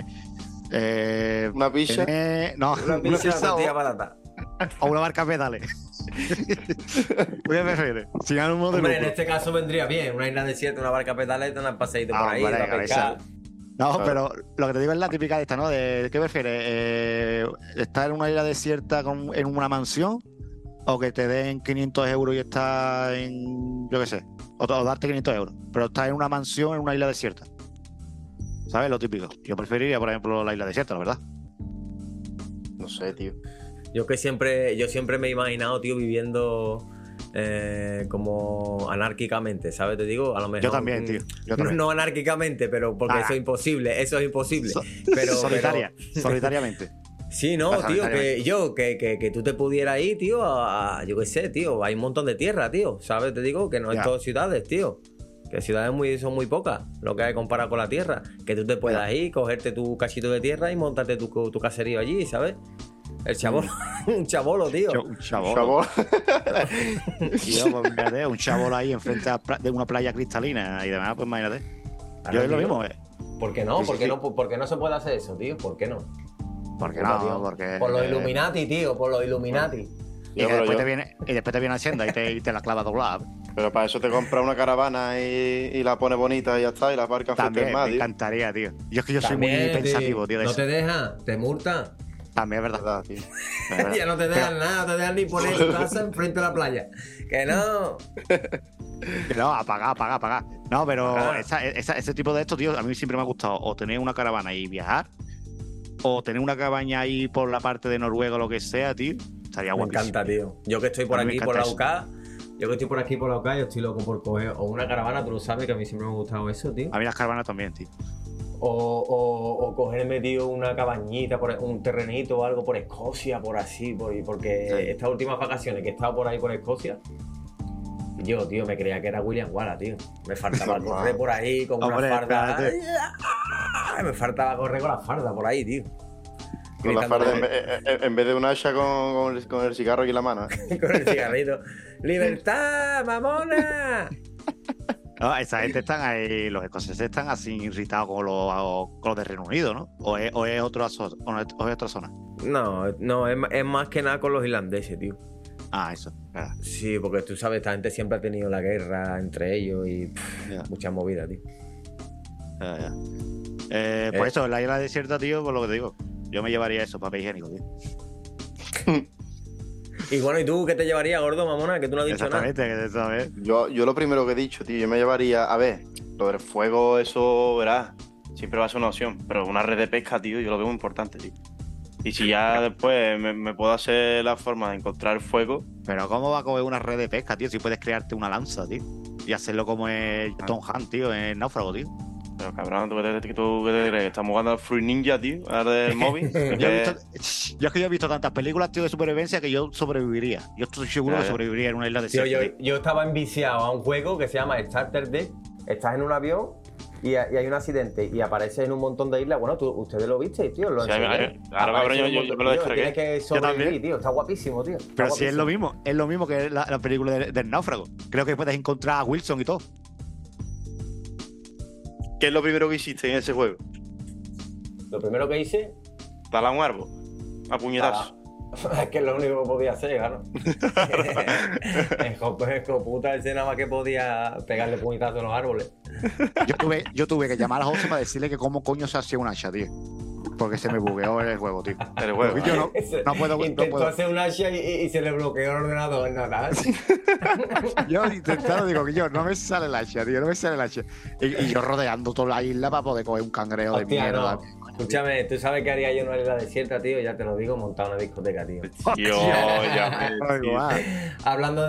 ¿Una pizza? No, una pizza barata. O una barca a pedales. ¿Qué prefieres? Si gana un modelo. Hombre, en este caso vendría bien. Una isla desierta, una barca a pedales, te dan paseíto por ahí, vale, para pescar. No, pero lo que te digo es la típica de esta, ¿no? ¿Qué prefieres? ¿Estar en una isla desierta en una mansión? ¿O que te den 500 euros y estás en, yo qué sé, o darte 500 euros, pero estás en una mansión en una isla desierta? ¿Sabes? Lo típico. Yo preferiría, por ejemplo, la isla desierta, la verdad. No sé, tío. Yo siempre me he imaginado, tío, viviendo como anárquicamente, ¿sabes? Te digo, a lo mejor. Yo también, tío. Yo también. No anárquicamente, pero porque eso es imposible. Solitariamente. Sí, no, tío, que tú te pudieras ir, tío, yo qué sé, tío, hay un montón de tierra, tío, ¿sabes? Te digo que no es todo ciudades, tío. Que ciudades son muy pocas, lo que hay comparado con la tierra. Que tú te puedas ir, cogerte tu cachito de tierra y montarte tu caserío allí, ¿sabes? El chabolo. Un chabolo, tío. Un chabolo. Tío, pues imagínate, un chabolo ahí enfrente de una playa cristalina y demás, pues imagínate. Claro, Yo es lo tío. mismo, ¿Por qué no? Sí, ¿Por sí, qué sí. no? ¿Por qué no se puede hacer eso, tío? ¿Por qué no? ¿Por qué Tío, no? Porque. Por los Illuminati, tío, por los Illuminati. Y Yo, que pero después yo- te viene Hacienda y te la clava doblada. Pero para eso te compras una caravana y la pones bonita y ya está, y la aparcas frente También, al mar, me tío. encantaría, tío. Yo es que yo soy muy También, pensativo, tío, de no eso. te deja, te multa. También es verdad. ¿Verdad, tío? Es verdad. Ya no te dejan nada, no te dejan ni poner tu casa enfrente de la playa. Que no. No, apagar. No, pero Apagar. ese tipo de esto, tío, a mí siempre me ha gustado o tener una caravana y viajar, o tener una cabaña ahí por la parte de Noruega o lo que sea, tío. Estaría Me guapísimo. encanta, tío. Yo que estoy por A mí me aquí, por la encanta UK, yo que estoy por aquí, por la UK, yo estoy loco por coger o una caravana, tú lo sabes, que a mí siempre me ha gustado eso, tío. A mí las caravanas también, tío. O cogerme, tío, una cabañita, un terrenito o algo por Escocia, por así, porque Sí. estas últimas vacaciones que he estado por ahí por Escocia, yo, tío, me creía que era William Wallace, tío. Me faltaba Normal. correr por ahí con Hombre, una farda. espérate. Me faltaba correr con la farda por ahí, tío. Con la Gritando farda, en vez de un hacha con el cigarro aquí en la mano. con el cigarrito. ¡Libertad, mamona! No, esa gente están ahí, los escoceses están así irritados con los de Reino Unido, ¿no? ¿O es otra zona? No, es más que nada con los irlandeses, tío. Ah, eso. Verdad. Sí, porque tú sabes, esta gente siempre ha tenido la guerra entre ellos y Ya. mucha movida, tío. Ya. Pues eso, en la isla desierta, tío, por lo que te digo. Yo me llevaría eso, papel higiénico, tío. Y bueno, ¿y tú qué te llevarías, gordo, mamona? Que tú no has dicho nada. Exactamente, que eso, ¿ves? Yo lo primero que he dicho, tío, yo me llevaría. A ver, lo del fuego, eso, verás. Siempre va a ser una opción. Pero una red de pesca, tío, yo lo veo muy importante, tío. Y si ya después me puedo hacer la forma de encontrar fuego. Pero ¿cómo va a coger una red de pesca, tío? Si puedes crearte una lanza, tío. Y hacerlo como el Tom Hanks, tío, en Náufrago, tío. Pero cabrón, ¿tú qué te crees? ¿Estamos jugando al Free Ninja, tío? Ahora del móvil. Yo es que yo he visto tantas películas, tío, de supervivencia que yo sobreviviría. Yo estoy seguro Ya, que ya. sobreviviría en una isla Tío, desierta. yo estaba enviciado a un juego que se llama Starter Deck. Estás en un avión y hay un accidente y apareces en un montón de islas. Bueno, ustedes lo visteis, tío. Lo Sí, enseñé. claro, cabrón, Aparece yo un me montón, lo tío, descargué. Tienes que también. sobrevivir, tío. Está guapísimo, tío. Está Pero si es guapísimo. es lo mismo que la película del Náufrago. Creo que puedes encontrar a Wilson y todo. ¿Qué es lo primero que hiciste en ese juego? Lo primero que hice. Talar un árbol. A puñetazos. Es que es lo único que podía hacer, claro. Escoputa, ese nada más que podía pegarle puñetazos a los árboles. Yo tuve que llamar a José para decirle que cómo coño se hacía un hacha, tío. Porque se me bugueó el juego, tío. El juego. Porque yo no puedo. Intentó hacer un hacha y se le bloqueó el ordenador, nada. Yo intentando, digo que yo no me sale el hacha, tío, no me sale el hacha. Y yo rodeando toda la isla para poder coger un cangrejo de Hostia, mierda. no. Escúchame, tú sabes que haría yo en una isla desierta, tío, ya te lo digo, montar una discoteca, tío. Tío, ya ves, Ay, tío. guau. Hablando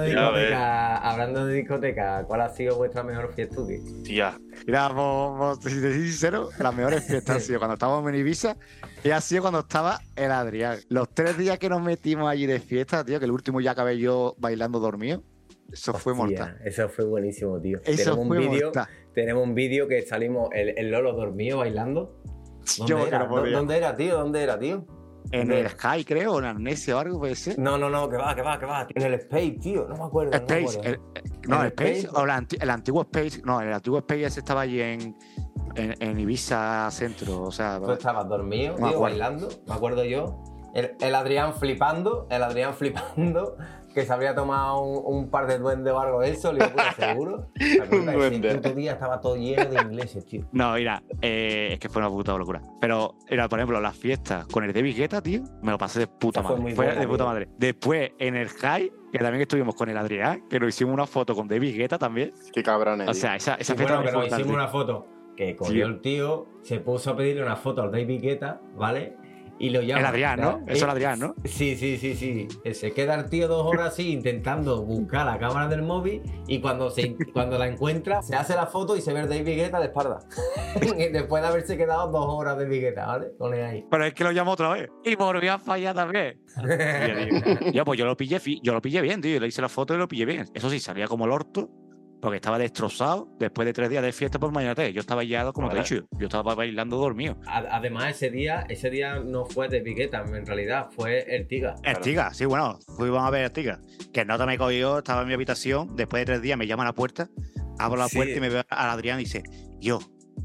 de discoteca, ¿cuál ha sido vuestra mejor fiesta, tío? Tía. Mira, si te soy sincero, las mejores fiestas han sido cuando estábamos en Ibiza y ha sido cuando estaba el Adrián. Los 3 días que nos metimos allí de fiesta, tío, que el último ya acabé yo bailando dormido. Eso fue Hostia, mortal. Eso fue buenísimo, tío. Eso fue mortal. Tenemos un vídeo que salimos el Lolo dormido bailando. Yo que no podía. ¿Dónde era, tío? ¿Dónde era, tío? En el Sky, creo, o en Amnesia o algo puede ser. No, que va. En el Space, tío. No me acuerdo. Space, no me acuerdo. el ¿El Space, Space? o el antiguo Space, no, el antiguo Space ese estaba allí en Ibiza Centro, o sea, Tú estabas dormido, No me tío, acuerdo. bailando, me acuerdo yo. El Adrián flipando, que se habría tomado un par de duendes o algo de eso, le digo, seguro. ¿Te acuerdas? Un duende. Ese puto día estaba todo lleno de ingleses, tío. no, mira, es que fue una puta locura. Pero, mira, por ejemplo, las fiestas con el David Guetta, tío, me lo pasé de puta Esa fue madre. muy Fue buena, de puta tío. madre. Después, en el High, que también estuvimos con el Adrián, que nos hicimos una foto con David Guetta también. Qué cabrones. O sea, esa Y fiesta bueno, me que fue nos hicimos brutal, una foto que cogió Tío. el tío, se puso a pedirle una foto al David Guetta, ¿vale? Y lo llama. El Adrián, ¿no? Eso es el Adrián, ¿no? Sí. Se queda el tío 2 horas así intentando buscar la cámara del móvil y cuando la encuentra, se hace la foto y se ve el David Guetta de espalda. Después de haberse quedado 2 horas de Guetta, ¿vale? Con él ahí. Pero es que lo llamó otra vez. Y volvió a fallar también. Ya, pues yo lo pillé bien, tío. Le hice la foto y lo pillé bien. Eso sí, salía como el orto. porque estaba destrozado después de 3 días de fiesta, pues imagínate, yo estaba ya, como te he dicho, yo estaba bailando dormido. Además, ese día no fue de Piqueta, en realidad, fue Ertiga. Ertiga, sí, bueno, fuimos a ver Ertiga. Que el nota me cogió, estaba en mi habitación, después de 3 días me llama a la puerta, abro la puerta y me veo a Adrián y dice, yo,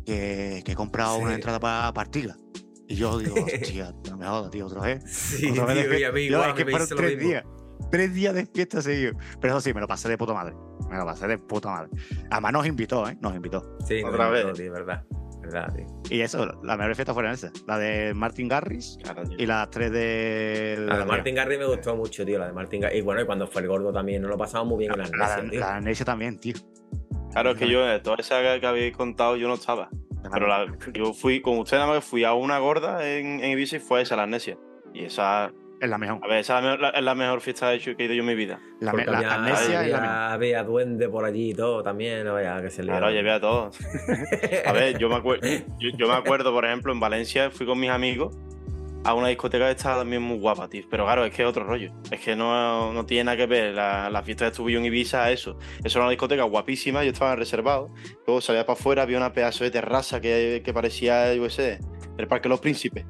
que he comprado una entrada para Ertiga. Y yo digo, hostia, no me jodas, tío, otra vez. Sí, otra vez tío, y a mí igual, es que me fueron hizo lo 3 mismo. días. 3 días de fiesta seguidos. Pero eso sí, me lo pasé de puta madre. Me lo pasé de puta madre. Además nos invitó, ¿eh? Nos invitó. Sí, Otra vez. tío, verdad, tío. Y eso, las mejores fiestas fueron esas. La de Martin Garrix Claro, tío. y las 3 de... La de Martin Garrix me gustó mucho, tío, la de Martin Garrix. Y bueno, y cuando fue el gordo también, nos lo pasamos muy bien en la Amnesia, tío. La Amnesia también, tío. Claro, es que yo, toda esa que habéis contado, yo no estaba. Pero yo fui, con usted nada más, fui a una gorda en Ibiza y fue esa, la Amnesia. Y esa, Es la mejor. a ver, esa es la mejor fiesta que he ido yo en mi vida. La Porque Amnesia es la mejor. había duende por allí y todo también, no vaya que se le. Claro, llevé a todos. A ver, yo me acuerdo, por ejemplo, en Valencia fui con mis amigos a una discoteca que estaba también muy guapa, tío. Pero claro, es que es otro rollo. Es que no tiene nada que ver la fiesta que estuve yo en Ibiza a eso. Eso era una discoteca guapísima, yo estaba reservado. Luego salía para afuera, había una pedazo de terraza que parecía, yo qué sé, el Parque de los Príncipes.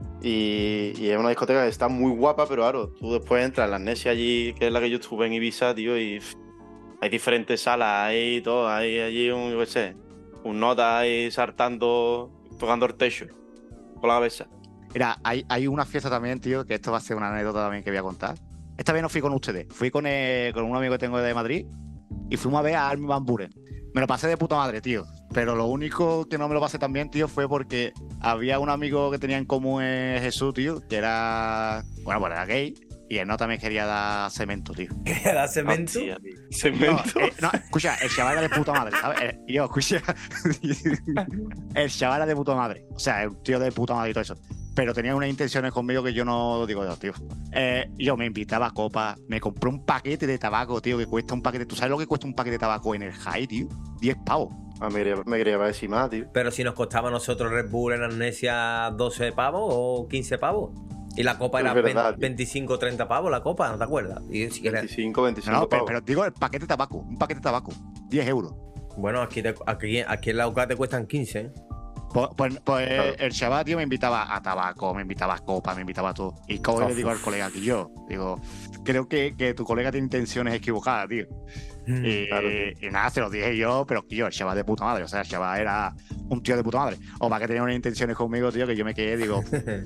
Y es una discoteca que está muy guapa, pero claro, tú después entras en la Amnesia allí, que es la que yo estuve en Ibiza, tío, y hay diferentes salas, hay todo, hay allí yo qué sé, un nota ahí saltando, tocando el techo con la cabeza. Mira, hay una fiesta también, tío, que esto va a ser una anécdota también que voy a contar. Esta vez no fui con ustedes, fui con un amigo que tengo de Madrid y fuimos a ver a Armin van Buuren. Me lo pasé de puta madre, tío. Pero lo único que no me lo pasé tan bien, tío, fue porque había un amigo que tenía en común Jesús, tío, que era, bueno, pues era gay. Y él no también quería dar cemento, tío. ¿Quería dar cemento? Hostia, tío. Cemento. No, escucha, el chaval era de puta madre, ¿sabes? Yo, escucha. El chaval era de puta madre. O sea, un tío de puta madre y todo eso. Pero tenía unas intenciones conmigo que yo no digo yo, tío. Yo me invitaba a copas, me compré un paquete de tabaco, tío, que cuesta un paquete. ¿Tú sabes lo que cuesta un paquete de tabaco en el High, tío? 10 pavos. Ah, me quería decir más, tío. Pero si nos costaba a nosotros Red Bull en Amnesia 12 pavos o 15 pavos. Y la copa era verdad, 25 o 30 pavos, la copa, ¿no te acuerdas? Y si quieres... 25 No, pavos. pero digo el paquete de tabaco, un paquete de tabaco, 10 euros. Bueno, aquí en la UCA te cuestan 15, ¿eh? Pues Claro. el chaval, tío, me invitaba a tabaco, me invitaba a copa, me invitaba a todo. Y como le digo al colega aquí, yo digo, creo que tu colega tiene intenciones equivocadas, tío. Y, Claro, y nada, se lo dije yo, pero yo, el chaval de puta madre, o sea, el chaval era un tío de puta madre. O para que tenía unas intenciones conmigo, tío, que yo me quedé, digo,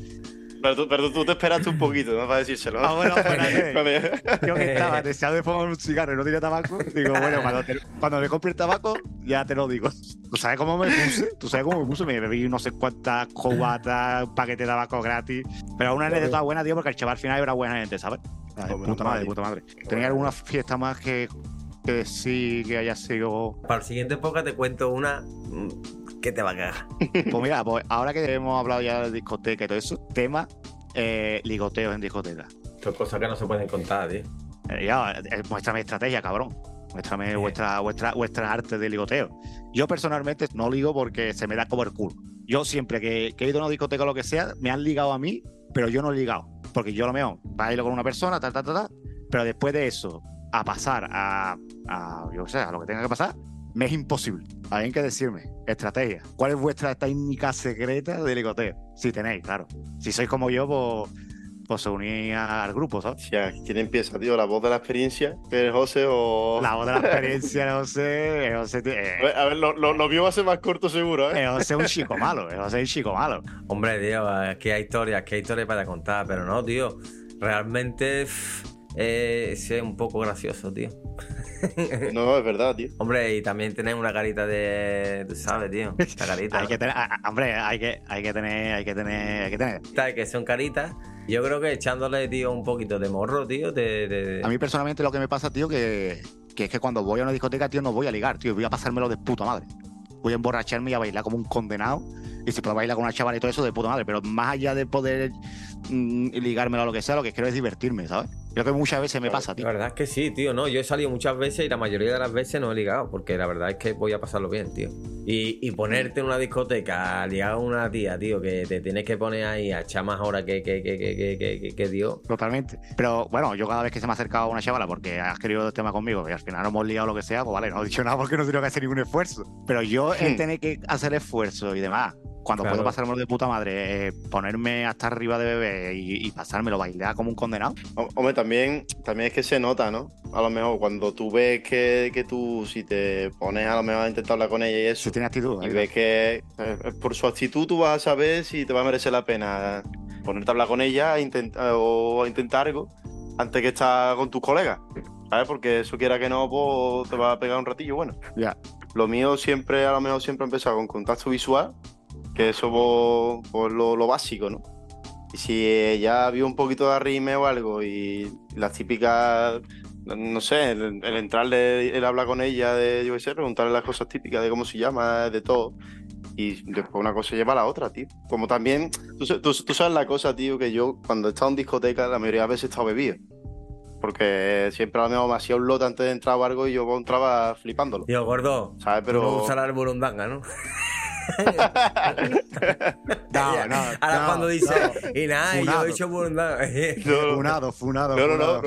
Pero tú te esperaste un poquito, ¿no? Para decírselo. ¿no? bueno, Cuando ya- yo que estaba deseado de fumar un cigarro y no tenía tabaco, digo, bueno, cuando me compre el tabaco, ya te lo digo. ¿Tú sabes cómo me puse? ¿Tú sabes cómo me puse? Me bebí no sé cuántas cobatas, un paquete de tabaco gratis. Pero una anécdota buena, tío, porque el chaval al final era buena gente, ¿sabes? Puta madre, puta madre. ¿Tenía alguna fiesta más que sí que haya sido? Para el siguiente época te cuento una que te va a cagar. Pues mira, pues ahora que hemos hablado ya de discoteca y todo eso, tema ligoteos en discoteca. Son cosas que no se pueden contar, tío. Muéstrame estrategia, cabrón. Muéstrame Sí. vuestras artes de ligoteo. Yo personalmente no ligo porque se me da como el culo. Yo siempre que he ido a una discoteca o lo que sea, me han ligado a mí, pero yo no he ligado. Porque yo lo mejor bailo con una persona, pero después de eso, a pasar yo sé, a lo que tenga que pasar, me es imposible. Hay que decirme, estrategia. ¿Cuál es vuestra técnica secreta de ligoteo? Si tenéis, claro. Si sois como yo, pues se unís al grupo, ¿sabes? O sea, ¿quién empieza, tío? ¿La voz de la experiencia? ¿Que es José o...? La voz de la experiencia, José, A ver, lo mío va a ser más corto seguro, ¿eh? José es un chico malo, José es un chico malo. Hombre, tío, es que hay historias para contar, pero no, tío. Realmente es un poco gracioso, tío. No, es verdad, tío. Hombre, y también tenés una carita de... Tú sabes, tío. Esta carita. Hay que tener, hombre, hay que tener. Tal, que son caritas. Yo creo que echándole, tío, un poquito de morro, tío, A mí personalmente lo que me pasa, tío, que es que cuando voy a una discoteca, tío, no voy a ligar, tío, voy a pasármelo de puta madre. Voy a emborracharme y a bailar como un condenado. Y si puedo bailar con una chavala y todo eso, de puta madre. Pero más allá de poder ligármelo a lo que sea, lo que quiero es divertirme, ¿sabes? Yo que muchas veces me pasa, tío. La verdad es que sí, tío, no, yo he salido muchas veces y la mayoría de las veces no he ligado, porque la verdad es que voy a pasarlo bien, tío. Y ponerte en una discoteca a ligar a una tía, tío, que te tienes que poner ahí a echar más horas que Dios. Totalmente. Pero bueno, yo cada vez que se me ha acercado una chavala porque has querido el tema conmigo y al final no hemos liado lo que sea, pues vale, no he dicho nada porque no tengo que hacer ningún esfuerzo. Pero yo el tener que hacer esfuerzo y demás, cuando Claro. puedo pasármelo de puta madre, ponerme hasta arriba de bebé y pasármelo, bailar como un condenado. Hombre, también es que se nota, ¿no? A lo mejor cuando tú ves que tú, si te pones a lo mejor a intentar hablar con ella y eso, Si tiene actitud. y ahí ves que por su actitud tú vas a saber si te va a merecer la pena ponerte a hablar con ella o a intentar algo antes que estar con tus colegas, ¿sabes? Porque eso quiera que no, pues te va a pegar un ratillo, bueno. Ya. Lo mío siempre, a lo mejor siempre he empezado con contacto visual, que eso pues lo básico, ¿no? Y si ya vio un poquito de arrime o algo y las típicas, no sé, el entrarle, el hablar con ella, de, yo qué sé, preguntarle las cosas típicas de cómo se llama, de todo. Y después una cosa lleva a la otra, tío. Como también, tú sabes la cosa, tío, que yo cuando he estado en discoteca la mayoría de veces he estado bebido. Porque siempre a lo mejor me hacía un lote antes de entrar o algo y yo entraba flipándolo. Tío, gordo, ¿Sabes? Pero... no usar el burundanga, ¿no? Ahora cuando dice, y nada, Funado. yo he hecho burundanga. Funado.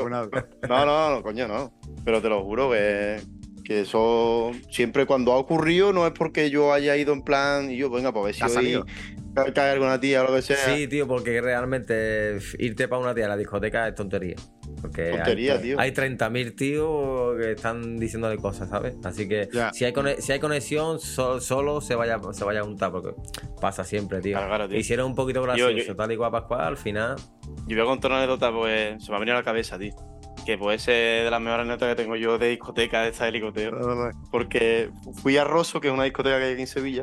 No, coño, no. Pero te lo juro que eso siempre cuando ha ocurrido no es porque yo haya ido en plan y yo, venga, pues a ver si ¿Ha hoy salido? cae alguna tía o lo que sea. Sí, tío, porque realmente irte para una tía a la discoteca es tontería. Porque Tontería, tío. hay 30.000 tíos que están diciéndole cosas, ¿sabes? Así que Ya. si hay conexión, solo se vaya a juntar, porque pasa siempre, tío. Claro, tío. Hicieron un poquito gracioso, tal y cual Pascual, al final. Yo voy a contar una anécdota, pues se me ha venido a la cabeza, tío. Que puede ser de las mejores anécdotas que tengo yo de discoteca, de esta de licoteo. Porque fui a Rosso, que es una discoteca que hay aquí en Sevilla.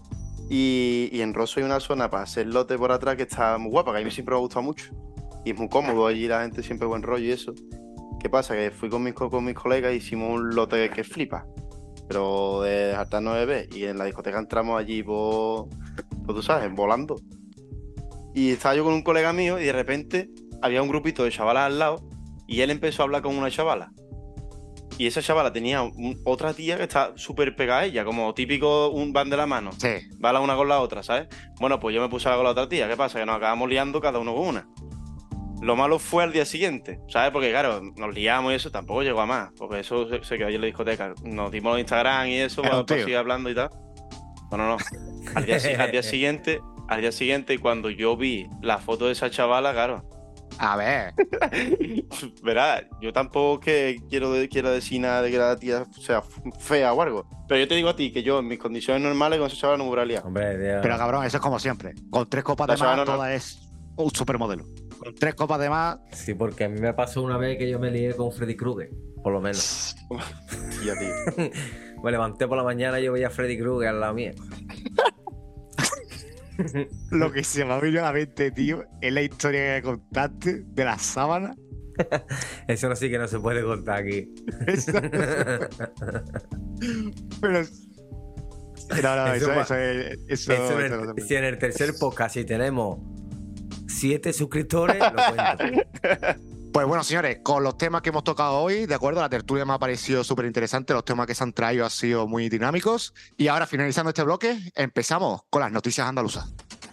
Y en Rosso hay una zona para hacer lote por atrás que está muy guapa, que a mí siempre me ha gustado mucho. Y es muy cómodo, allí la gente siempre buen rollo y eso. ¿Qué pasa? Que fui con mis colegas y hicimos un lote que flipa. Pero de hartarnos de beber. Y en la discoteca entramos allí, pues tú sabes, volando. Y estaba yo con un colega mío y de repente había un grupito de chavalas al lado y él empezó a hablar con una chavala. Y esa chavala tenía otra tía que está súper pegada a ella, como típico van de la mano. Sí. Va la una con la otra, ¿sabes? Bueno, pues yo me puse a hablar con la otra tía. ¿Qué pasa? Que nos acabamos liando cada uno con una. Lo malo fue al día siguiente, ¿sabes? Porque claro, nos liamos y eso tampoco llegó a más. Porque eso se quedó ahí en la discoteca. Nos dimos los Instagram y eso para seguir hablando y tal. No. Al día siguiente, cuando yo vi la foto de esa chavala, claro. A ver. Verás, yo tampoco que quiero decir nada de que la tía sea fea o algo. Pero yo te digo a ti que yo, en mis condiciones normales, con esa chavala no me hubiera liado. Hombre, tío. Pero cabrón, eso es como siempre. Con 3 copas de más, toda es un supermodelo. Con 3 copas de más. Sí, porque a mí me pasó una vez que yo me lié con Freddy Krueger, por lo menos. Ya, tío. Me levanté por la mañana y yo veía a Freddy Krueger al lado mío. Lo que se me ha venido a la mente, tío, es la historia que contaste de la sábana. Eso no sí que no se puede contar aquí. Pero. No, Eso eso si en el tercer podcast si tenemos 7 suscriptores, lo cuento. Pues bueno, señores, con los temas que hemos tocado hoy, de acuerdo, la tertulia me ha parecido súper interesante, los temas que se han traído han sido muy dinámicos. Y ahora, finalizando este bloque, empezamos con las noticias andaluzas.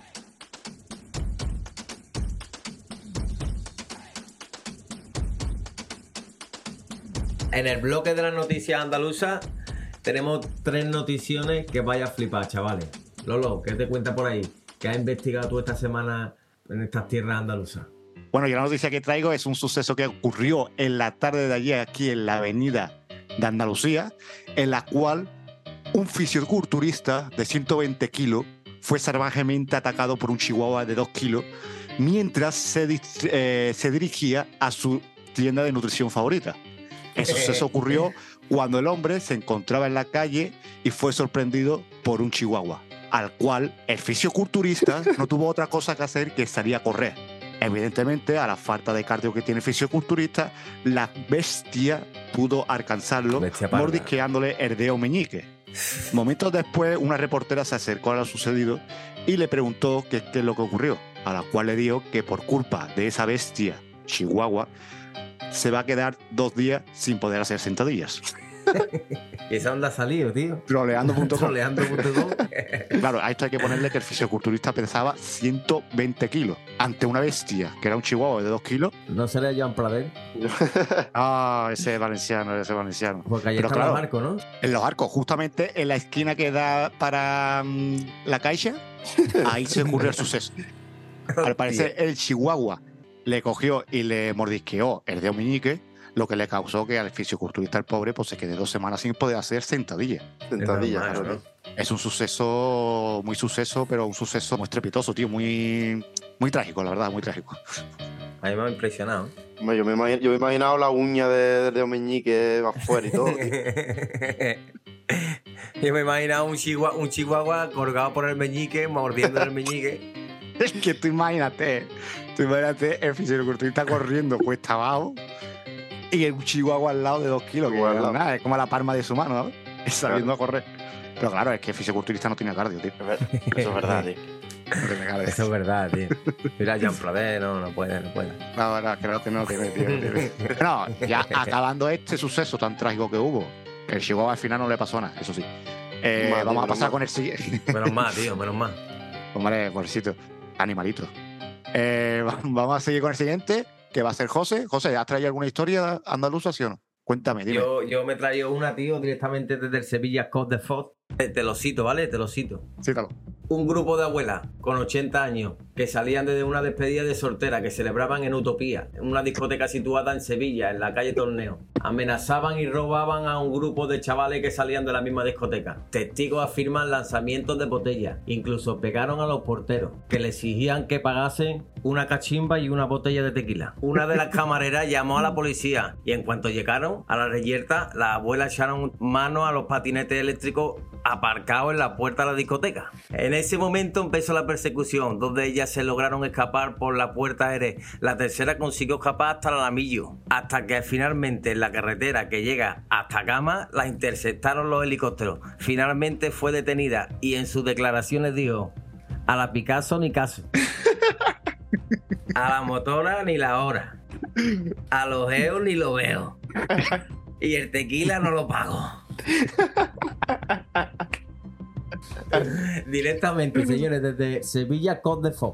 En el bloque de las noticias andaluzas tenemos 3 noticiones que vaya a flipar, chavales. Lolo, ¿qué te cuenta por ahí? ¿Qué has investigado tú esta semana en estas tierras andaluzas? Bueno, yo la noticia que traigo es un suceso que ocurrió en la tarde de ayer aquí en la avenida de Andalucía, en la cual un fisioculturista de 120 kilos fue salvajemente atacado por un chihuahua de 2 kilos mientras se dirigía a su tienda de nutrición favorita. El suceso ocurrió cuando el hombre se encontraba en la calle y fue sorprendido por un chihuahua, al cual el fisioculturista no tuvo otra cosa que hacer que salir a correr. Evidentemente, a la falta de cardio que tiene el fisioculturista, la bestia pudo alcanzarlo mordisqueándole el dedo meñique. Momentos después, una reportera se acercó a lo sucedido y le preguntó qué es lo que ocurrió, a la cual le dijo que por culpa de esa bestia chihuahua se va a quedar 2 días sin poder hacer sentadillas. ¿Y esa onda ha salido, tío? Troleando.com. Troleando.com. Claro, a esto hay que ponerle que el fisiculturista pesaba 120 kilos ante una bestia que era un chihuahua de 2 kilos. ¿No sería Jean Pradel? Ah, ese valenciano. Porque ahí Pero están claro, los arcos, ¿no? En los arcos, justamente en la esquina que da para la Caixa, ahí se ocurrió el suceso. Al parecer, el chihuahua le cogió y le mordisqueó el dedo meñique, lo que le causó que al fisiculturista, el pobre, pues se quede 2 semanas sin poder hacer sentadillas. Sentadillas, Es normal, claro. ¿no? Es un suceso, pero un suceso muy estrepitoso, tío, muy trágico, la verdad, muy trágico. A mí me ha impresionado. Hombre, yo me he imaginado la uña del dedo meñique afuera y todo. Tío. Yo me he imaginado un chihuahua colgado por el meñique, mordiendo el meñique. Es que tú imagínate el fisiculturista corriendo cuesta abajo y el chihuahua al lado de 2 kilos, que Chihuahua al lado. nada, es como la palma de su mano, ¿no? Y saliendo a correr. Pero claro, es que el fisiculturista no tiene cardio, tío. Eso es verdad, tío. No tiene cardio. Eso es verdad, tío. Mira, Jean Pradel, no puede. No, creo que no tiene, tío. No, ya acabando este suceso tan trágico que hubo, el chihuahua al final no le pasó nada, eso sí. Madre, Vamos a menos pasar mal. con el siguiente. Menos mal, tío, menos mal. Hombre, pobrecito, animalito. Vamos a seguir con el siguiente, que va a ser José. José, ¿has traído alguna historia andaluza, sí o no? Cuéntame, dime. Yo me he traído una, tío, directamente desde el Sevilla Côte de Foz. Te lo cito, ¿vale? Te lo cito. Cítalo. Un grupo de abuelas con 80 años que salían desde una despedida de soltera que celebraban en Utopía, en una discoteca situada en Sevilla, en la calle Torneo. Amenazaban y robaban a un grupo de chavales que salían de la misma discoteca. Testigos afirman lanzamientos de botellas. Incluso pegaron a los porteros, que le exigían que pagasen una cachimba y una botella de tequila. Una de las camareras llamó a la policía y en cuanto llegaron a la reyerta, las abuelas echaron mano a los patinetes eléctricos aparcados en la puerta de la discoteca. En ese momento empezó la persecución. 2 de ellas se lograron escapar por la puerta Jerez. La tercera consiguió escapar hasta el Alamillo, hasta que finalmente en la carretera que llega hasta Cama la interceptaron los helicópteros. Finalmente fue detenida y en sus declaraciones dijo: a la Picasso ni caso, a la motora ni la hora, a los geos ni lo veo, y el tequila no lo pago. Directamente, señores, desde Sevilla Côte de Foz.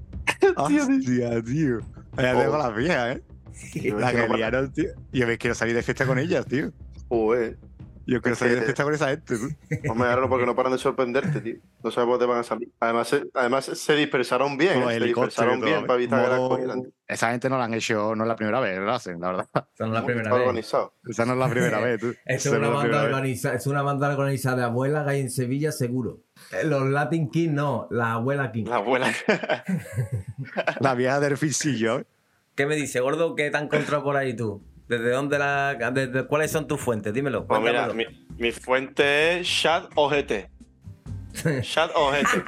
Hostia, tío. Ya tengo las viejas, ¿eh? Yo La es que que no liaron, tío. Yo me quiero salir de fiesta con ellas, tío. Joder. Yo quiero Es salir de que- fiesta con esa gente, tú. Hombre, claro, porque no paran de sorprenderte, tío. No sabes por dónde van a salir. Además se dispersaron bien, Los se helicópteros dispersaron y todo, bien ¿eh? para evitar que las Modo- cogieran. Esa gente no la han hecho, no es la primera vez, lo hacen, la verdad. Esta no es la primera Está vez. organizado. Esa no es la primera vez, tú. Esta es Esa una no la banda primera vez. organizada, es una banda organizada de abuelas que hay en Sevilla, seguro. Los Latin King no, la abuela King. La abuela. La vieja del fisillo, ¿eh? ¿Qué me dice, gordo? ¿Qué te has encontrado por ahí tú? ¿Desde cuáles son tus fuentes? Dímelo. Pues mira, cuéntamelo. mi fuente es Chat OGT. Chat OGT.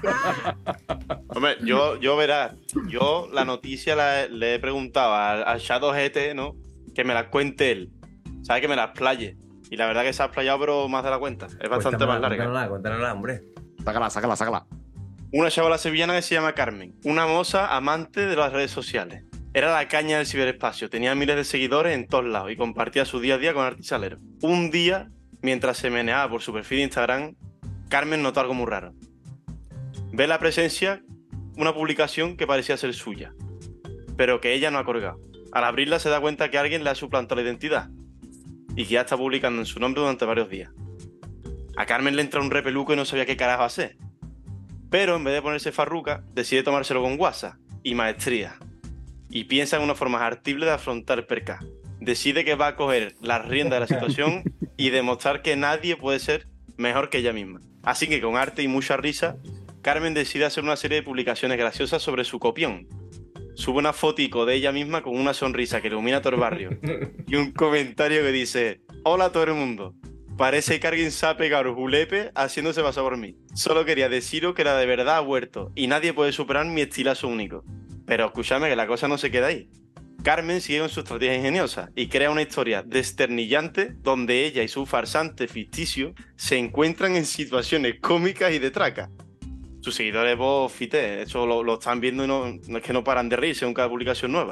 Hombre, yo verás, yo la noticia le he preguntado al Chat OGT, ¿no? Que me la cuente él. ¿Sabes? Que me la explaye. Y la verdad que se ha explayado, pero más de la cuenta. Es bastante más larga. Cuéntanosla, hombre. Sácala. Una chavala sevillana que se llama Carmen. Una moza amante de las redes sociales. Era la caña del ciberespacio. Tenía miles de seguidores en todos lados y compartía su día a día con artisaleros. Un día, mientras se meneaba por su perfil de Instagram, Carmen notó algo muy raro. Ve la presencia, una publicación que parecía ser suya, pero que ella no ha colgado. Al abrirla se da cuenta que alguien le ha suplantado la identidad y que ya está publicando en su nombre durante varios días. A Carmen le entra un repeluco y no sabía qué carajo hacer. Pero en vez de ponerse farruca, decide tomárselo con guasa y maestría. Y piensa en una forma artible de afrontar el percá. Decide que va a coger las riendas de la situación y demostrar que nadie puede ser mejor que ella misma. Así que con arte y mucha risa, Carmen decide hacer una serie de publicaciones graciosas sobre su copión. Sube una fotico de ella misma con una sonrisa que ilumina todo el barrio y un comentario que dice: hola a todo el mundo. Parece que alguien se ha pegado julepe haciéndose pasar por mí. Solo quería deciros que la de verdad ha vuelto y nadie puede superar mi estilazo único. Pero escúchame que la cosa no se queda ahí. Carmen sigue con su estrategia ingeniosa y crea una historia desternillante donde ella y su farsante ficticio se encuentran en situaciones cómicas y de traca. Sus seguidores, vos, fite, eso lo están viendo y no es que no paran de reírse con cada publicación nueva.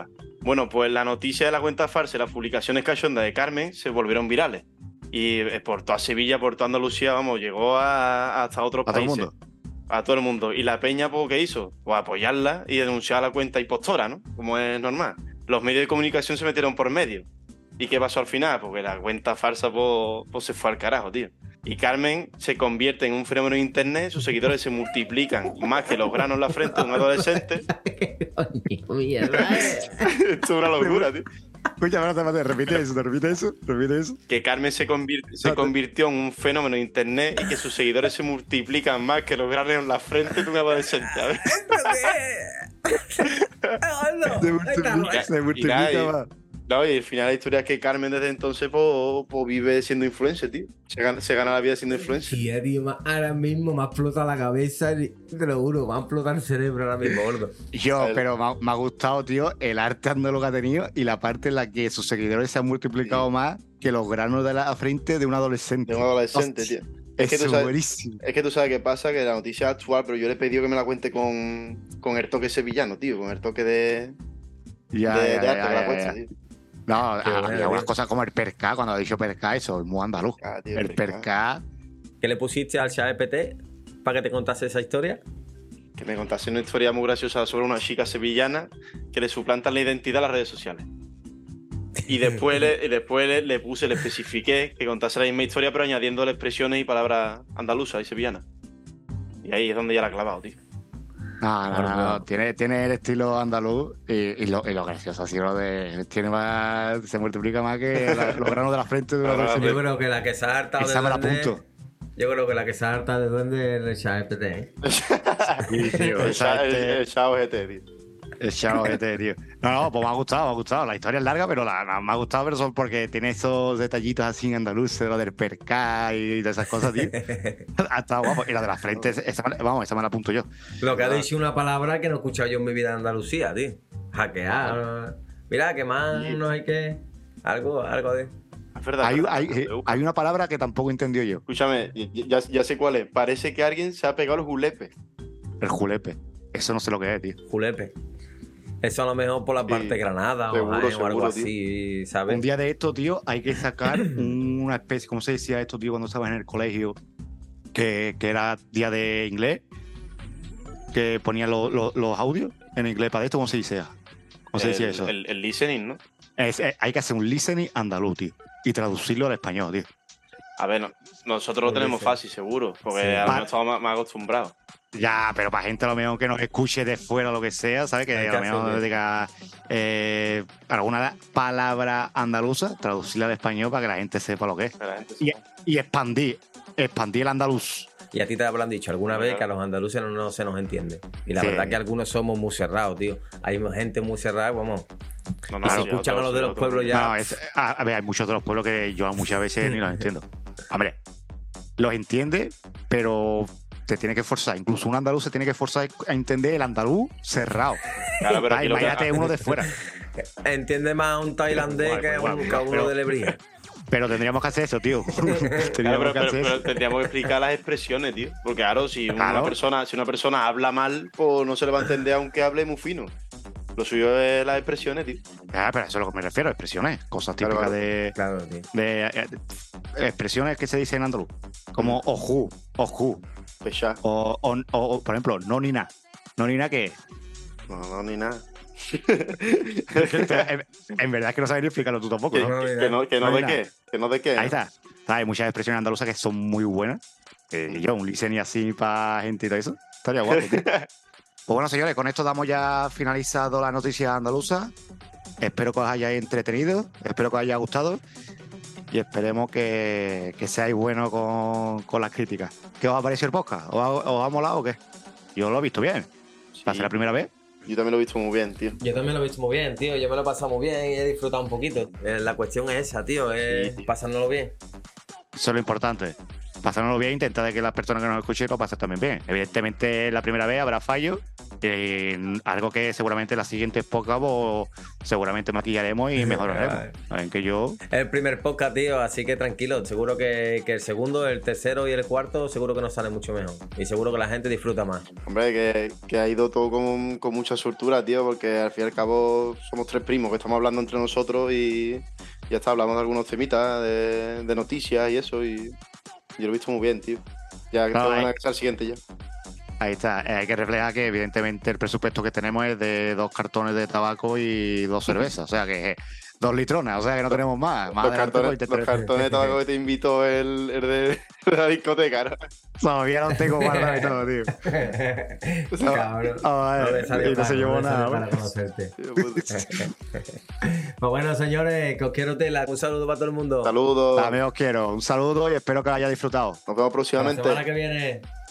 Bueno, pues la noticia de la cuenta falsa y las publicaciones cachondas de Carmen se volvieron virales. Y por toda Sevilla, por toda Andalucía, vamos, llegó hasta otros A todo el países. mundo. A todo el mundo. Y la peña, pues, ¿qué hizo? Pues apoyarla y denunciar a la cuenta impostora, ¿no? Como es normal. Los medios de comunicación se metieron por medio. ¿Y qué pasó al final? Porque la cuenta falsa, pues se fue al carajo, tío. Y Carmen se convierte en un fenómeno de internet, sus seguidores se multiplican más que los granos en la frente de un adolescente. Coño, mierda. Esto es una locura, tío. Escucha, espérate, repite eso. Que Carmen se convirtió en un fenómeno de internet y que sus seguidores se multiplican más que los granos en la frente de un adolescente. A ver. Se multiplica más. No, y al final la historia es que Carmen desde entonces pues vive siendo influencer, tío. Se gana la vida siendo influencer. Tía, tío, ahora mismo me ha explotado la cabeza, te lo juro, me ha explotado el cerebro ahora mismo, gordo. Pero me ha gustado, tío, el arte andaluz que ha tenido y la parte en la que sus seguidores se han multiplicado más que los granos de la frente de un adolescente. De un adolescente, Hostia, tío. Es buenísimo. Es que tú sabes qué pasa, que la noticia es actual, pero yo le he pedido que me la cuente con el toque sevillano, tío, con el toque de arte que la cuenta, tío. No, bueno, hay algunas cosas como el perca, cuando ha dicho perca, eso es muy andaluz. Tío, El perca. ¿Qué le pusiste al ChatGPT para que te contase esa historia? Que me contase una historia muy graciosa sobre una chica sevillana que le suplantan la identidad a las redes sociales. Y después le puse, le especifiqué que contase la misma historia, pero añadiéndole expresiones y palabras andaluzas y sevillanas. Y ahí es donde ya la ha clavado, tío. No. Tiene el estilo andaluz y lo gracioso, así lo de. Se multiplica más que los granos de la frente de una adolescente. Yo creo que la que se ha hartado Esa me la apunto. Yo creo que la que se ha hartado de duende es el ChatGPT, ¿eh? Sí, tío, El Chao GT, tío. El Chao GT, tío. No, pues me ha gustado. La historia es larga, pero me ha gustado, pero solo porque tiene esos detallitos así en andaluz, lo del perca y de esas cosas, tío. Ha estado guapo. Y la de la frente, esa me la apunto yo. Lo que ha dicho una palabra que no he escuchado yo en mi vida en Andalucía, tío. Hackear. Mira, que más no hay que. Algo de. Es verdad. Hay una palabra que tampoco entendió yo. Escúchame, ya sé cuál es. Parece que alguien se ha pegado el julepe. El julepe. Eso no sé lo que es, tío. Julepe. Eso a lo mejor por la parte de Granada seguro, o algo tío. así, ¿sabes? Un día de esto, tío, hay que sacar una especie, ¿cómo se decía esto, tío, cuando estabas en el colegio? Que era día de inglés, que ponía los audios en inglés para esto, ¿cómo se dice? ¿Cómo se decía eso? El listening, ¿no? Hay que hacer un listening andaluz, tío, y traducirlo al español, tío. A ver, nosotros lo tenemos fácil, seguro, porque Sí. a lo mejor estamos más acostumbrados. Ya, pero para gente a lo mejor que nos escuche de fuera o lo que sea, ¿sabes? Que Hay a que lo mejor hacerlo. diga alguna palabra andaluza, traducirla al español para que la gente sepa lo que es. Que la gente Y, sepa. y expandir el andaluz. Y a ti te habrán dicho alguna vez que a los andaluces no se nos entiende. Y la Sí. verdad que algunos somos muy cerrados, tío. Hay gente muy cerrada, vamos. No, Y si sí, escuchan a los de los otro. pueblos ya. No, a ver, hay muchos de los pueblos que yo muchas veces ni los entiendo. Hombre, los entiende, pero te tiene que forzar. Incluso un andaluz se tiene que forzar a entender el andaluz cerrado. Claro, pero aquí lo que- Imagínate uno de fuera. Entiende más a un tailandés que a uno pero- de Lebrija. Pero tendríamos que hacer eso, tío. Claro, Tendríamos que hacer pero eso. tendríamos que explicar las expresiones, tío. Porque claro, si Claro. una persona habla mal, pues no se le va a entender aunque hable muy fino. Lo suyo es las expresiones, tío. Ah, pero a eso es lo que me refiero, expresiones. Cosas típicas Claro, Claro, tío. de expresiones que se dicen en andaluz. Como ojú, Pechá. o, por ejemplo, no ni nada. No ni nada, ¿qué es? No, ni nada. En verdad es que no sabes ni explicarlo tú tampoco, ¿no? Que no No de hay qué. Que no de qué. Ahí está. Hay muchas expresiones andaluzas que son muy buenas. Un listening así para gente y todo eso. Estaría guapo, tío. Pues bueno, señores, con esto damos ya finalizado la noticia andaluza. Espero que os hayáis entretenido, espero que os haya gustado y esperemos que seáis buenos con las críticas. ¿Qué os ha parecido el podcast? ¿Os ha molado o qué? Yo lo he visto bien. ¿Va a ser la primera vez? Yo también lo he visto muy bien, tío. Yo también lo he visto muy bien, tío. Yo me lo he pasado muy bien y he disfrutado un poquito. La cuestión es esa, tío. Es Sí. pasárnoslo bien. Eso es lo importante. Pasárnoslo bien, intentar de que las personas que nos escuchen lo pasen también bien. Evidentemente, la primera vez habrá fallos, Algo que seguramente las siguientes podcasts seguramente maquillaremos y mejoraremos. Saben que yo... El primer podcast, tío, así que tranquilo. Seguro que el segundo, el tercero y el cuarto seguro que nos sale mucho mejor. Y seguro que la gente disfruta más. Hombre, que ha ido todo con mucha soltura, tío, porque al fin y al cabo somos tres primos que estamos hablando entre nosotros y ya está, hablamos de algunos temitas, de noticias y eso, y yo lo he visto muy bien, tío. Ya que No, van a ser el siguiente ya. Ahí está. Hay que reflejar que evidentemente el presupuesto que tenemos es de 2 cartones de tabaco y 2 cervezas. O sea que 2 litronas. O sea que no tenemos más. Más Los cartones de tabaco que te invitó el de la discoteca, ¿no? Todavía no tengo guardado y todo, tío. Cabrón. Y no se llevó nada. Para conocerte. Pues bueno, señores, que os quiero tela. Un saludo para todo el mundo. Saludos. También os quiero. Un saludo y espero que lo hayáis disfrutado. Nos vemos próximamente. La semana que viene.